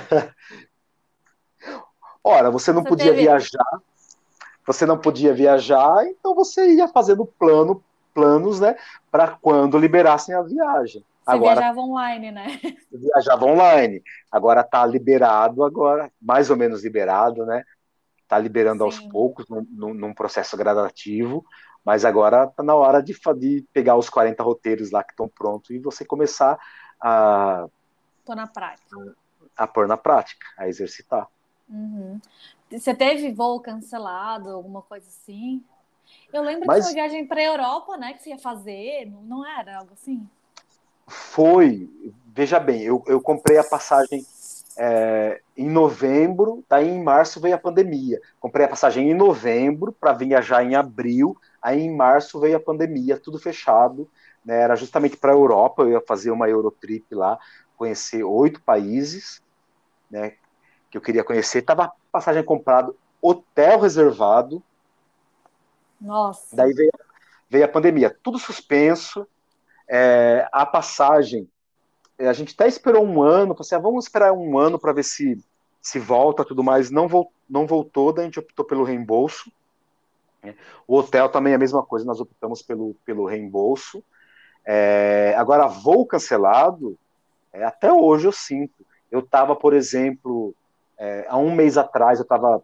Ora, Você teve... você não podia viajar, então você ia fazendo planos, né, para quando liberassem a viagem. Você Agora viajava online, né? viajava online. Agora está liberado, agora mais ou menos liberado, né? Está liberando aos Sim. poucos, num processo gradativo, mas agora está na hora de pegar os 40 roteiros lá que estão prontos e você começar a, Tô na prática. a pôr na prática, a exercitar. Uhum. Você teve voo cancelado, alguma coisa assim? Eu lembro que tinha uma Mas viagem para a Europa, né, que você ia fazer, não era algo assim? foi, veja bem, eu comprei a passagem em novembro, daí em março veio a pandemia. Comprei a passagem em novembro para viajar em abril, aí em março veio a pandemia, tudo fechado, né? Era justamente para a Europa, eu ia fazer uma Eurotrip lá, conhecer 8 países, né? Que eu queria conhecer. Tava passagem comprada, hotel reservado, Nossa, daí veio a pandemia, tudo suspenso, a passagem a gente até esperou um ano, falou assim, vamos esperar um ano para ver se volta tudo mais. Não voltou, daí a gente optou pelo reembolso. Né? O hotel também é a mesma coisa, nós optamos pelo reembolso. Agora, voo cancelado, até hoje eu sinto. Eu estava, por exemplo, Há um mês atrás eu estava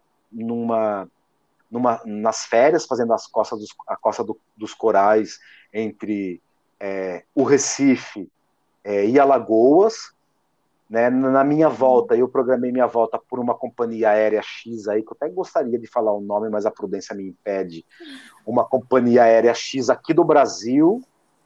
nas férias, fazendo a costa dos corais entre o Recife e Alagoas, né? Na minha volta, eu programei minha volta por uma companhia aérea X aí, que eu até gostaria de falar o nome, mas a prudência me impede. Uma companhia aérea X aqui do Brasil.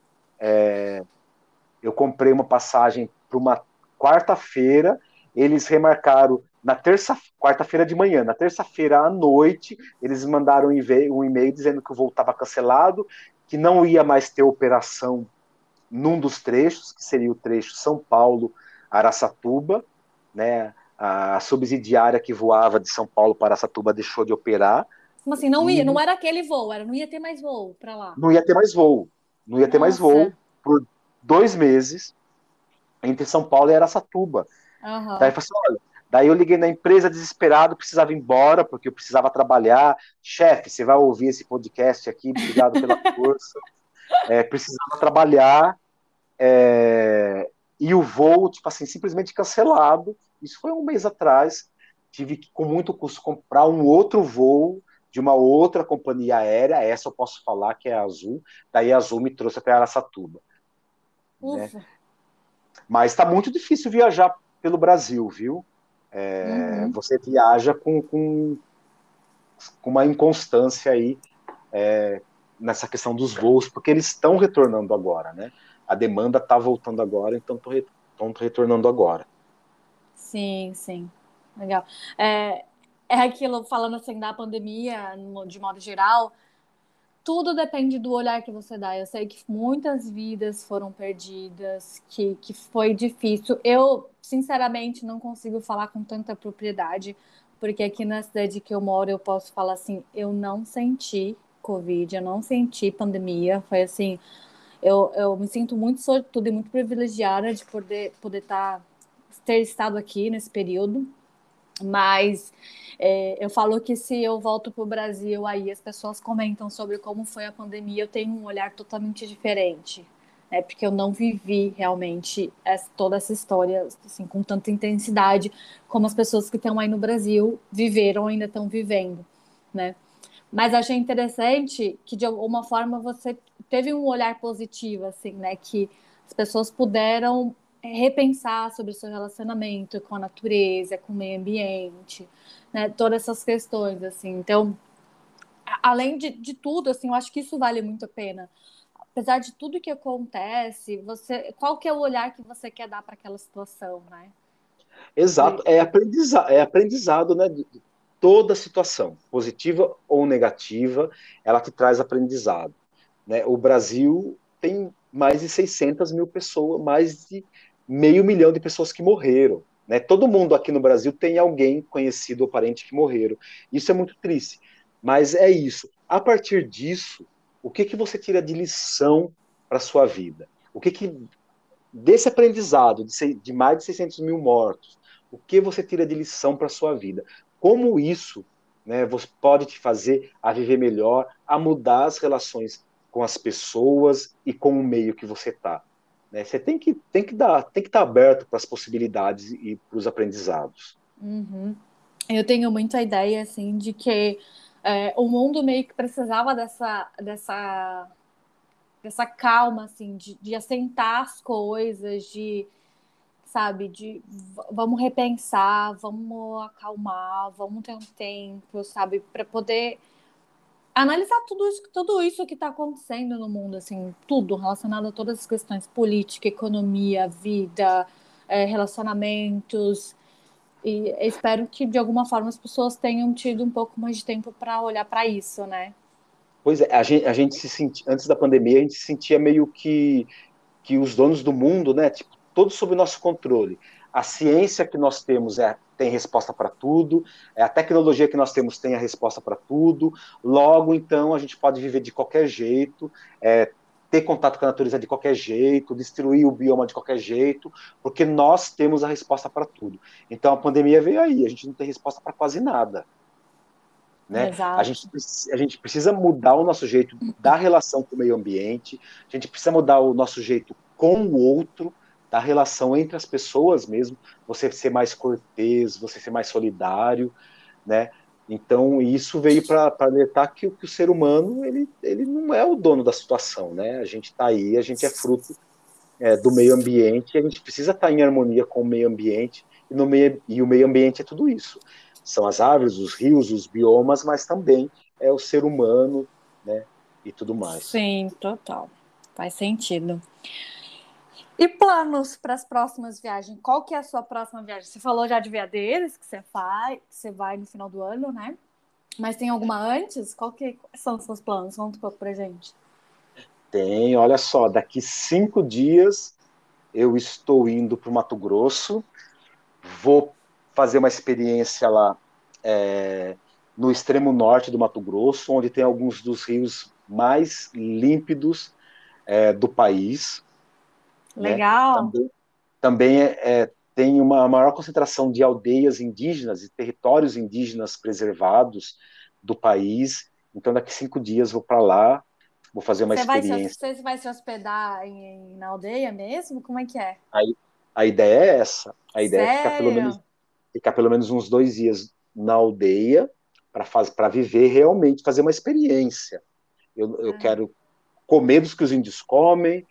Eu comprei uma passagem para uma quarta-feira, eles remarcaram quarta-feira de manhã, na terça-feira à noite, eles mandaram um e-mail dizendo que o voo estava cancelado, que não ia mais ter operação num dos trechos, que seria o trecho São Paulo-Araçatuba, né? A subsidiária que voava de São Paulo para Araçatuba deixou de operar Como assim? Não ia, e não era aquele voo, não ia ter mais voo para lá. não ia ter mais voo. Não ia ter mais voo Nossa. por 2 meses entre São Paulo e Araçatuba. Daí, eu Aham. falei assim, olha, daí eu liguei na empresa desesperado, precisava ir embora, porque eu precisava trabalhar. Chefe, você vai ouvir esse podcast aqui, obrigado pela força. Precisava trabalhar, e o voo, tipo assim, simplesmente cancelado. Isso foi um mês atrás. Tive que, com muito custo, comprar um outro voo de uma outra companhia aérea. Essa eu posso falar que é a Azul. Daí a Azul me trouxe até Araçatuba, né? Ufa. Mas está muito difícil viajar pelo Brasil, viu? Uhum. Você viaja com uma inconstância aí nessa questão dos voos, porque eles estão retornando agora, né? A demanda está voltando agora, então estão retornando agora. Sim, sim. Legal. É, é aquilo, falando assim da pandemia, de modo geral, tudo depende do olhar que você dá. Eu sei que muitas vidas foram perdidas, que foi difícil. Eu, sinceramente, não consigo falar com tanta propriedade, porque aqui na cidade que eu moro, eu posso falar assim, eu não senti Covid, eu não senti pandemia. Foi assim, eu me sinto muito sortuda e muito privilegiada de ter estado aqui nesse período. Mas eu falo que se eu volto para o Brasil, aí as pessoas comentam sobre como foi a pandemia, eu tenho um olhar totalmente diferente, né? Porque eu não vivi realmente toda essa história assim, com tanta intensidade como as pessoas que estão aí no Brasil viveram, ainda estão vivendo, né? Mas achei interessante que de alguma forma você teve um olhar positivo, assim, né? Que as pessoas puderam repensar sobre o seu relacionamento com a natureza, com o meio ambiente, né? Todas essas questões, assim. Então, além de tudo, assim, eu acho que isso vale muito a pena. Apesar de tudo que acontece, qual que é o olhar que você quer dar para aquela situação, né? Exato, é aprendizado, né? Toda situação, positiva ou negativa, ela te traz aprendizado, né? O Brasil tem mais de 600 mil pessoas, mais de meio milhão de pessoas que morreram, né? Todo mundo aqui no Brasil tem alguém conhecido ou parente que morreram. Isso é muito triste, mas é isso. A partir disso, o que que você tira de lição para sua vida? O que que desse aprendizado de mais de 600 mil mortos, o que você tira de lição para a sua vida? Como isso, né, você pode te fazer a viver melhor, a mudar as relações com as pessoas e com o meio que você está? Né? Você tem que estar aberto para as possibilidades e para os aprendizados. Uhum. Eu tenho muita ideia, assim, de que o mundo meio que precisava dessa calma, assim, de assentar as coisas, sabe, vamos repensar, vamos acalmar, vamos ter um tempo, sabe, para poder analisar tudo isso que está acontecendo no mundo, assim, tudo relacionado a todas as questões, política, economia, vida, relacionamentos. E espero que, de alguma forma, as pessoas tenham tido um pouco mais de tempo para olhar para isso, né? Pois é, a gente se sentia, antes da pandemia, a gente se sentia meio que os donos do mundo, né, tipo, todos sob nosso controle. A ciência que nós temos tem resposta para tudo, a tecnologia que nós temos tem a resposta para tudo. Logo, então, a gente pode viver de qualquer jeito, ter contato com a natureza de qualquer jeito, destruir o bioma de qualquer jeito, porque nós temos a resposta para tudo. Então, a pandemia veio aí, a gente não tem resposta para quase nada. Né? Exato. A gente precisa mudar o nosso jeito da relação com o meio ambiente, a gente precisa mudar o nosso jeito com o outro, da relação entre as pessoas mesmo, você ser mais cortês, você ser mais solidário, né? Então, isso veio para alertar que o ser humano ele não é o dono da situação, né? A gente está aí, a gente é fruto do meio ambiente, e a gente precisa estar em harmonia com o meio ambiente, e o meio ambiente é tudo isso. São as árvores, os rios, os biomas, mas também é o ser humano, né? E tudo mais. Sim, total. Faz sentido. E planos para as próximas viagens? Qual que é a sua próxima viagem? Você falou já de Veadeiros, que você faz, que você vai no final do ano, né? Mas tem alguma antes? Quais são os seus planos? Conta um pouco pra gente. Tem, olha só, daqui 5 dias eu estou indo para o Mato Grosso, vou fazer uma experiência lá é, no extremo norte do Mato Grosso, onde tem alguns dos rios mais límpidos do país, né? Legal. Também tem uma maior concentração de aldeias indígenas e territórios indígenas preservados do país. Então, daqui 5 dias vou para lá, vou fazer uma experiência. Você vai se hospedar na aldeia mesmo? Como é que é? A ideia é essa. A ideia é Sério? ficar pelo menos uns 2 dias na aldeia para viver realmente, fazer uma experiência. Eu Ah, quero comer dos que os índios comem,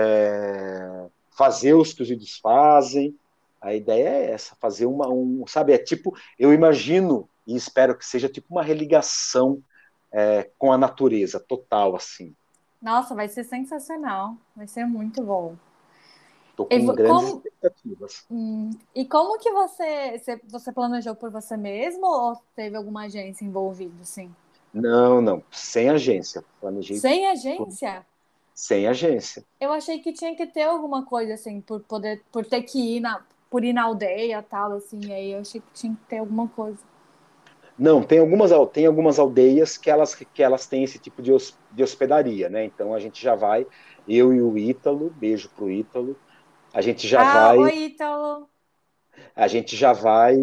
fazer os que os índios fazem. A ideia é essa, fazer sabe, é tipo, eu imagino e espero que seja tipo uma religação com a natureza total, assim. nossa, vai ser sensacional. Vai ser muito bom. Estou E com grandes como, expectativas. e como que você planejou por você mesmo ou teve alguma agência envolvida, assim? Não, não, sem agência. Planejei Sem tudo agência? sem agência. Eu achei que tinha que ter alguma coisa assim, por ter que por ir na aldeia e tal, assim, aí eu achei que tinha que ter alguma coisa. Não, tem algumas aldeias que elas têm esse tipo de hospedaria, né? Então a gente já vai, eu e o Ítalo, beijo pro Ítalo, a gente já Ah, vai, oi, Ítalo. a gente já vai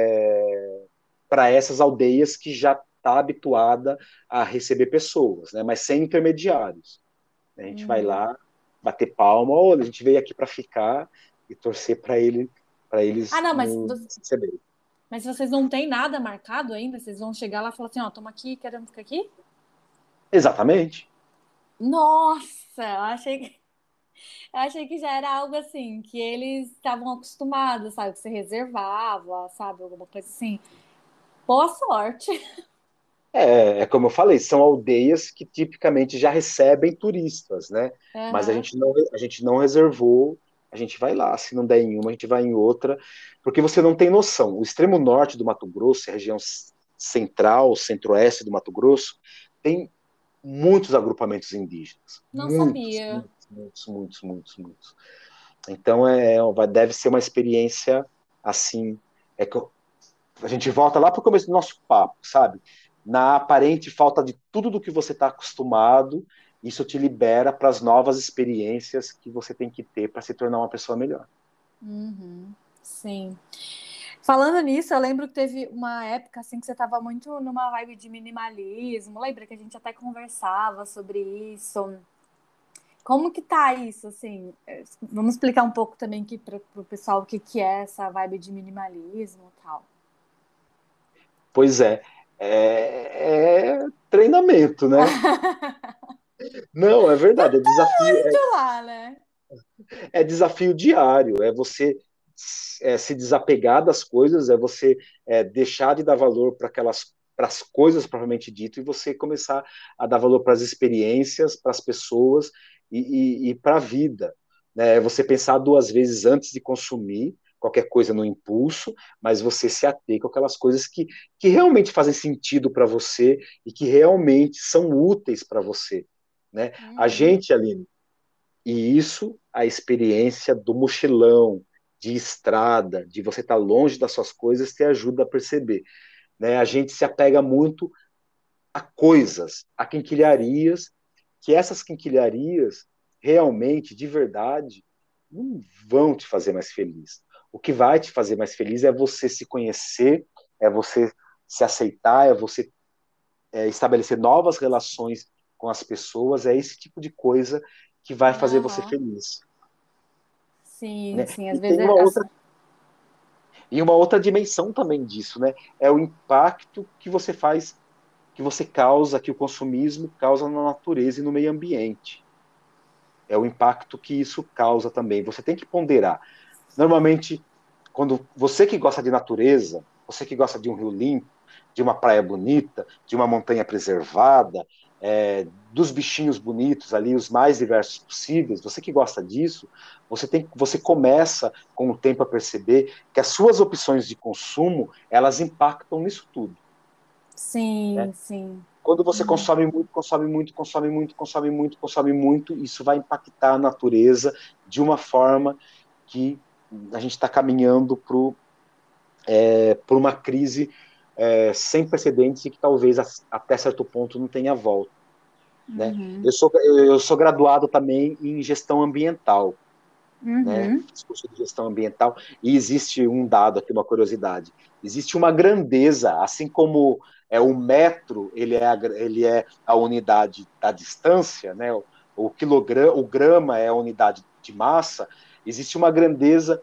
para essas aldeias que já está habituada a receber pessoas, né? Mas sem intermediários. A gente vai Uhum. lá, bater palma, olha, a gente veio aqui para ficar e torcer para Ah, eles não, nos receberem. mas vocês não têm nada marcado ainda? Vocês vão chegar lá e falar assim, ó, estamos aqui, queremos ficar aqui? Exatamente. Nossa, eu achei que já era algo assim, que eles estavam acostumados, sabe? Que você reservava, sabe? Alguma coisa assim. Boa sorte. É como eu falei, são aldeias que tipicamente já recebem turistas, né? Mas Aham. a gente não reservou, a gente vai lá. Se não der em uma, a gente vai em outra, porque você não tem noção. O extremo norte do Mato Grosso, a região central, centro-oeste do Mato Grosso, tem muitos agrupamentos indígenas. Não Muitos, sabia. muitos, muitos, muitos, muitos, muitos. Então deve ser uma experiência assim. Que a gente volta lá para o começo do nosso papo, sabe? Na aparente falta de tudo do que você está acostumado, isso te libera para as novas experiências que você tem que ter para se tornar uma pessoa melhor. Uhum, sim. Falando nisso, eu lembro que teve uma época assim que você estava muito numa vibe de minimalismo. Lembra que a gente até conversava sobre isso? Como que tá isso, assim? Vamos explicar um pouco também aqui para o pessoal o que que é essa vibe de minimalismo e tal. Pois é treinamento, né? Não, é verdade, Muito lá, né? é desafio diário, é você se desapegar das coisas, é você deixar de dar valor para as coisas propriamente dito e você começar a dar valor para as experiências, para as pessoas e para a vida. Né? É você pensar 2 vezes antes de consumir qualquer coisa no impulso, mas você se ater com aquelas coisas que realmente fazem sentido para você e que realmente são úteis para você. Né? A Uhum. gente, Aline, e isso, a experiência do mochilão, de estrada, de você estar longe das suas coisas, te ajuda a perceber. Né? A gente se apega muito a coisas, a quinquilharias, que essas quinquilharias, realmente, de verdade, não vão te fazer mais feliz. O que vai te fazer mais feliz é você se conhecer, é você se aceitar, é você estabelecer novas relações com as pessoas, é esse tipo de coisa que vai fazer você Aham. feliz. Sim, né? sim, às E vezes tem é assim. uma outra dimensão também disso, né? É o impacto que você faz, que você causa, que o consumismo causa na natureza e no meio ambiente. É o impacto que isso causa também. Você tem que ponderar. Normalmente, quando você que gosta de natureza, você que gosta de um rio limpo, de uma praia bonita, de uma montanha preservada, dos bichinhos bonitos ali, os mais diversos possíveis, você que gosta disso, você começa com o tempo a perceber que as suas opções de consumo, elas impactam nisso tudo, né? Sim, sim. Quando você Uhum. consome muito, consome muito, consome muito, consome muito, consome muito, isso vai impactar a natureza de uma forma que a gente está caminhando por uma crise sem precedentes e que talvez até certo ponto não tenha volta, né? Uhum. Eu sou graduado também em gestão ambiental, né? Uhum. Fiz curso de gestão ambiental e existe um dado aqui, uma curiosidade. Existe uma grandeza, assim como o metro, ele é a unidade da distância, né? O quilograma, o grama é a unidade de massa. Existe uma grandeza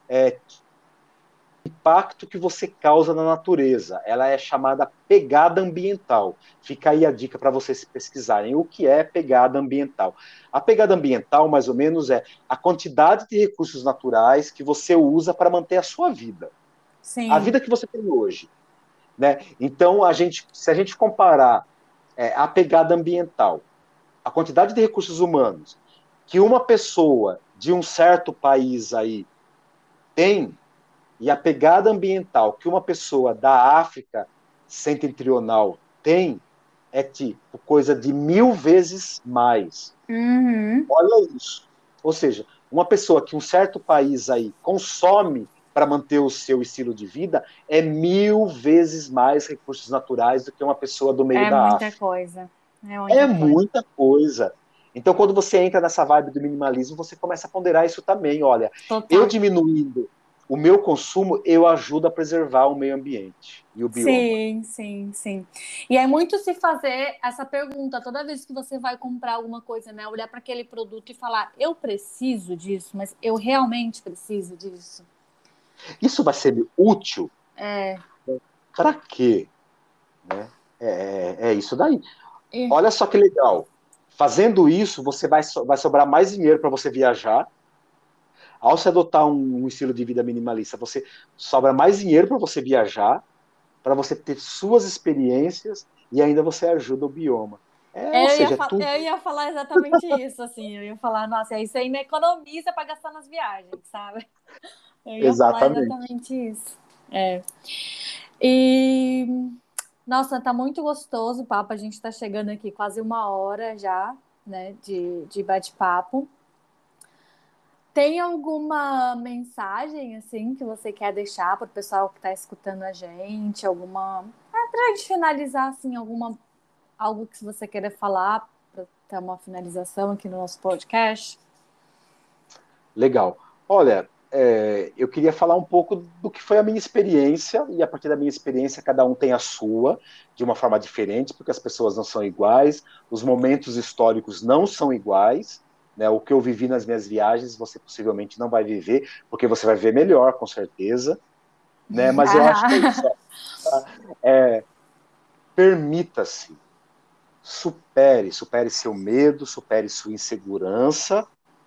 impacto que você causa na natureza. Ela é chamada pegada ambiental. Fica aí a dica para vocês pesquisarem o que é pegada ambiental. A pegada ambiental, mais ou menos, é a quantidade de recursos naturais que você usa para manter a sua vida. A Sim. vida que você tem hoje. Né? Então, se a gente comparar a pegada ambiental, a quantidade de recursos humanos que uma pessoa de um certo país aí tem, e a pegada ambiental que uma pessoa da África setentrional tem é tipo coisa de 1000 vezes mais. Uhum. Olha isso. Ou seja, uma pessoa que um certo país aí consome para manter o seu estilo de vida é 1000 vezes mais recursos naturais do que uma pessoa do meio É da muita África. coisa. É É muita coisa. muita coisa. Então, quando você entra nessa vibe do minimalismo, você começa a ponderar isso também. Olha, eu Total. diminuindo o meu consumo, eu ajudo a preservar o meio ambiente e o bioma. Sim, sim, sim. E é muito se fazer essa pergunta toda vez que você vai comprar alguma coisa, né? Olhar para aquele produto e falar: eu preciso disso, mas eu realmente preciso disso. Isso vai ser útil É. para quê? Né? É isso daí. E- Olha só que legal. Fazendo isso, você vai sobrar mais dinheiro para você viajar. Ao se adotar um estilo de vida minimalista, você sobra mais dinheiro para você viajar, para você ter suas experiências e ainda você ajuda o bioma. Ou seja, é tudo. eu ia falar exatamente isso, assim. Eu ia falar, nossa, isso aí não economiza para gastar nas viagens, sabe? Eu ia falar Exatamente. exatamente isso. É. E, nossa, tá muito gostoso o papo. A gente tá chegando aqui quase uma hora já, né, de bate-papo. Tem alguma mensagem, assim, que você quer deixar para o pessoal que está escutando a gente? Alguma. Para a gente finalizar, assim, algo que você queira falar para ter uma finalização aqui no nosso podcast? Legal. Olha, eu queria falar um pouco do que foi a minha experiência, e a partir da minha experiência, cada um tem a sua, de uma forma diferente, porque as pessoas não são iguais, os momentos históricos não são iguais. Né? O que eu vivi nas minhas viagens, você possivelmente não vai viver, porque você vai ver melhor, com certeza. Né? Mas eu acho que é isso. Ó. É, permita-se, supere seu medo, supere sua insegurança,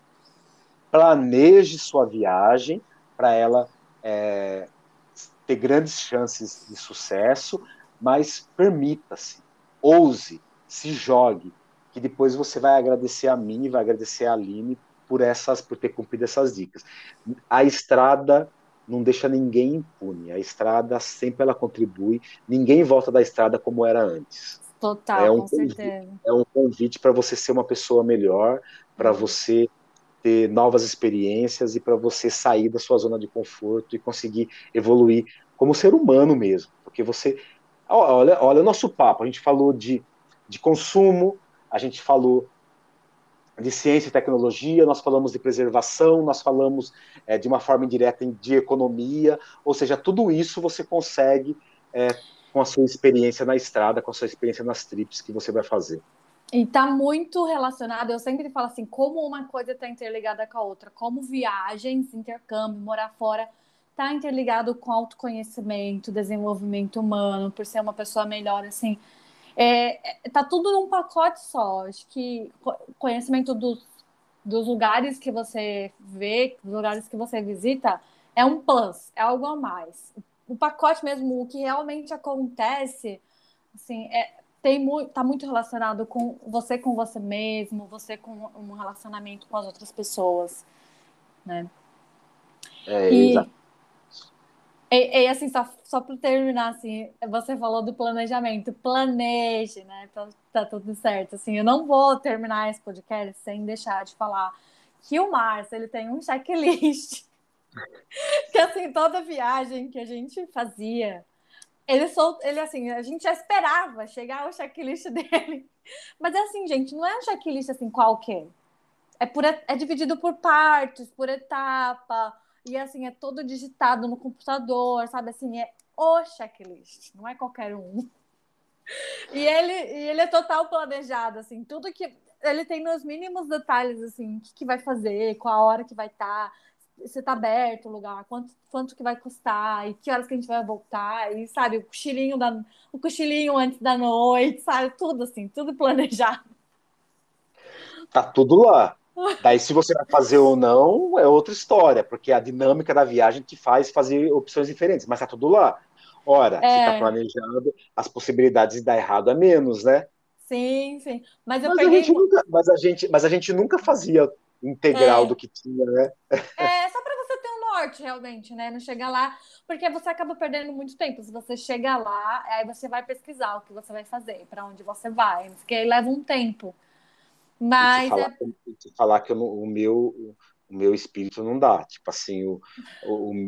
planeje sua viagem para ela é, ter grandes chances de sucesso, mas permita-se, ouse, se jogue, que depois você vai agradecer a mim e vai agradecer a Aline por ter cumprido essas dicas. A estrada não deixa ninguém impune, a estrada sempre ela contribui, ninguém volta da estrada como era antes. Total, É um com convite, certeza. é um convite para você ser uma pessoa melhor, para É. você ter novas experiências e para você sair da sua zona de conforto e conseguir evoluir como ser humano mesmo. Porque você. Olha o nosso papo. A gente falou de consumo, a gente falou de ciência e tecnologia, nós falamos de preservação, nós falamos de uma forma indireta de economia, ou seja, tudo isso você consegue com a sua experiência na estrada, com a sua experiência nas trips que você vai fazer. E tá muito relacionado, eu sempre falo assim, como uma coisa está interligada com a outra, como viagens, intercâmbio, morar fora, tá interligado com autoconhecimento, desenvolvimento humano, por ser uma pessoa melhor, assim, tá tudo num pacote só. Acho que conhecimento dos lugares que você vê, dos lugares que você visita, é um plus, é algo a mais. O pacote mesmo, o que realmente acontece, assim, tá muito relacionado com você mesmo, você com um relacionamento com as outras pessoas, né? É, E, assim, só para terminar, assim, você falou do planejamento. Planeje, né? Tá tudo certo. Assim, eu não vou terminar esse podcast sem deixar de falar que o Márcio, ele tem um checklist que, assim, toda viagem que a gente fazia, ele assim, a gente já esperava chegar o checklist dele. Mas é assim, gente, não é um checklist assim qualquer. É dividido por partes, por etapa, e assim, é todo digitado no computador, sabe? Assim, é o checklist, não é qualquer um. E ele é total planejado, assim, tudo que ele tem nos mínimos detalhes, assim, o que vai fazer, qual a hora que vai estar, se tá aberto o lugar, quanto que vai custar, e que horas que a gente vai voltar, e sabe, o cochilinho antes da noite, sabe? Tudo assim, tudo planejado. tá tudo lá. Daí, se você vai fazer ou não, é outra história, porque a dinâmica da viagem te faz fazer opções diferentes, mas tá tudo lá. Ora, se tá É, planejado, as possibilidades de dar errado é menos, né? sim, sim. Mas eu Mas a peguei. gente nunca, mas a gente nunca fazia integral do É, que tinha, né? só para você ter um norte, realmente, né? Não chegar lá, porque você acaba perdendo muito tempo. Se você chega lá, aí você vai pesquisar o que você vai fazer, para onde você vai, porque aí leva um tempo. E te Mas falar, e te falar que o meu espírito não dá. Tipo assim, o,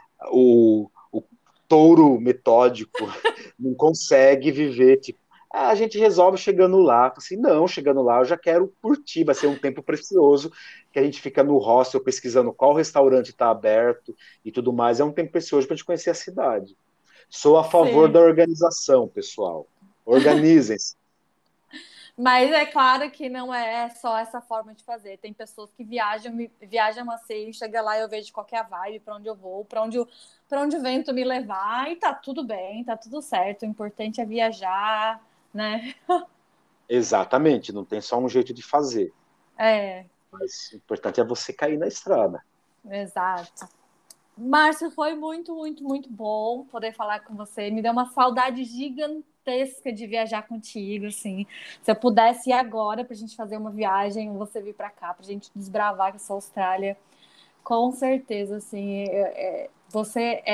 o touro metódico não consegue viver, tipo, a gente resolve chegando lá. Assim, não, chegando lá eu já quero curtir, vai ser um tempo precioso que a gente fica no hostel pesquisando qual restaurante está aberto e tudo mais. É um tempo precioso para a gente conhecer a cidade. Sou a favor sim. da organização, pessoal. Organizem-se. Mas é claro que não é só essa forma de fazer. Tem pessoas que viajam assim, chega lá e eu vejo qual que é a vibe, para onde eu vou, para onde o vento me levar, e tá tudo bem, tá tudo certo. O importante é viajar, né? Exatamente, não tem só um jeito de fazer. É, Mas o importante é você cair na estrada. exato. Márcio, foi muito, muito, muito bom poder falar com você. Me deu uma saudade gigantesca de viajar contigo, assim. Se eu pudesse ir agora pra gente fazer uma viagem, você vir pra cá, pra gente desbravar essa Austrália, com certeza, assim. Você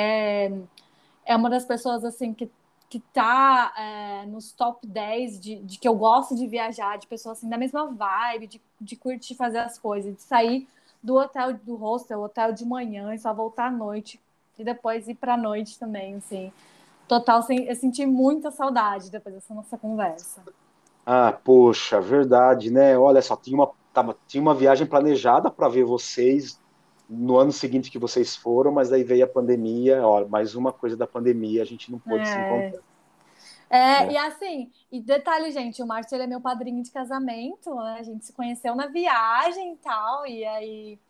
é uma das pessoas, assim, que tá nos top 10 de que eu gosto de viajar, de pessoas, assim, da mesma vibe, de curtir fazer as coisas, de sair do hotel, do hostel, hotel de manhã e só voltar à noite e depois ir pra noite também, assim. Total, eu senti muita saudade depois dessa nossa conversa. Ah, poxa, verdade, né? Olha só, tinha uma viagem planejada para ver vocês no ano seguinte que vocês foram, mas daí veio a pandemia. Ó, mais uma coisa da pandemia, a gente não pôde se É, encontrar, e né? assim, e detalhe, gente, o Márcio ele é meu padrinho de casamento, né? A gente se conheceu na viagem e tal, e aí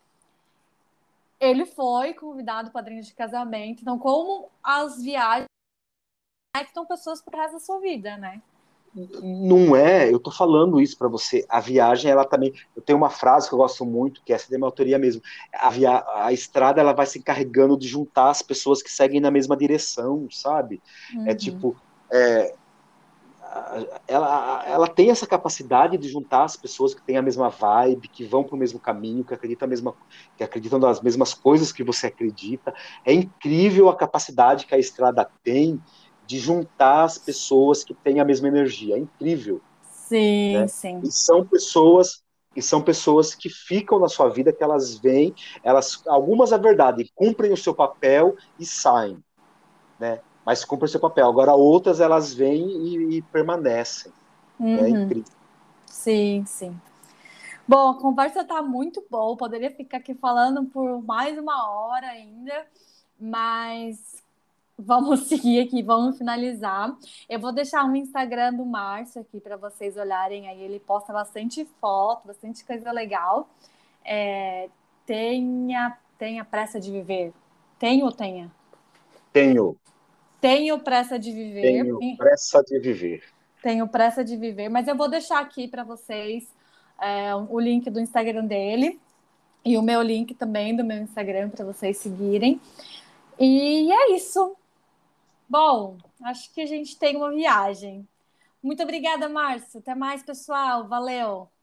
ele foi convidado padrinho de casamento. Então, como as viagens conectam pessoas pro resto da sua vida, né? Não é, eu tô falando isso para você. A viagem, ela também. Eu tenho uma frase que eu gosto muito, que essa é da minha autoria mesmo. A estrada, ela vai se encarregando de juntar as pessoas que seguem na mesma direção, sabe? É Uhum. tipo. é, ela tem essa capacidade de juntar as pessoas que têm a mesma vibe, que vão para o mesmo caminho, que acreditam nas mesmas coisas que você acredita. É incrível a capacidade que a estrada tem de juntar as pessoas que têm a mesma energia. É incrível, Sim, né? sim. E são pessoas que ficam na sua vida, que elas vêm, algumas é verdade, cumprem o seu papel e saem, né? Mas cumprem o seu papel. Agora outras elas vêm e permanecem. É Uhum. incrível. Sim, sim. Bom, a conversa tá muito boa. Poderia ficar aqui falando por mais uma hora ainda, mas Vamos seguir aqui, vamos finalizar. Eu vou deixar um Instagram do Márcio aqui para vocês olharem. Aí ele posta bastante foto, bastante coisa legal. É, tenha pressa de viver. Tenho ou tenha? Tenho, Tenho pressa de viver. tenho pressa de viver. Tenho pressa de viver, mas eu vou deixar aqui para vocês o link do Instagram dele e o meu link também do meu Instagram para vocês seguirem. E é isso. Bom, acho que a gente tem uma viagem. Muito obrigada, Márcio. Até mais, pessoal. Valeu.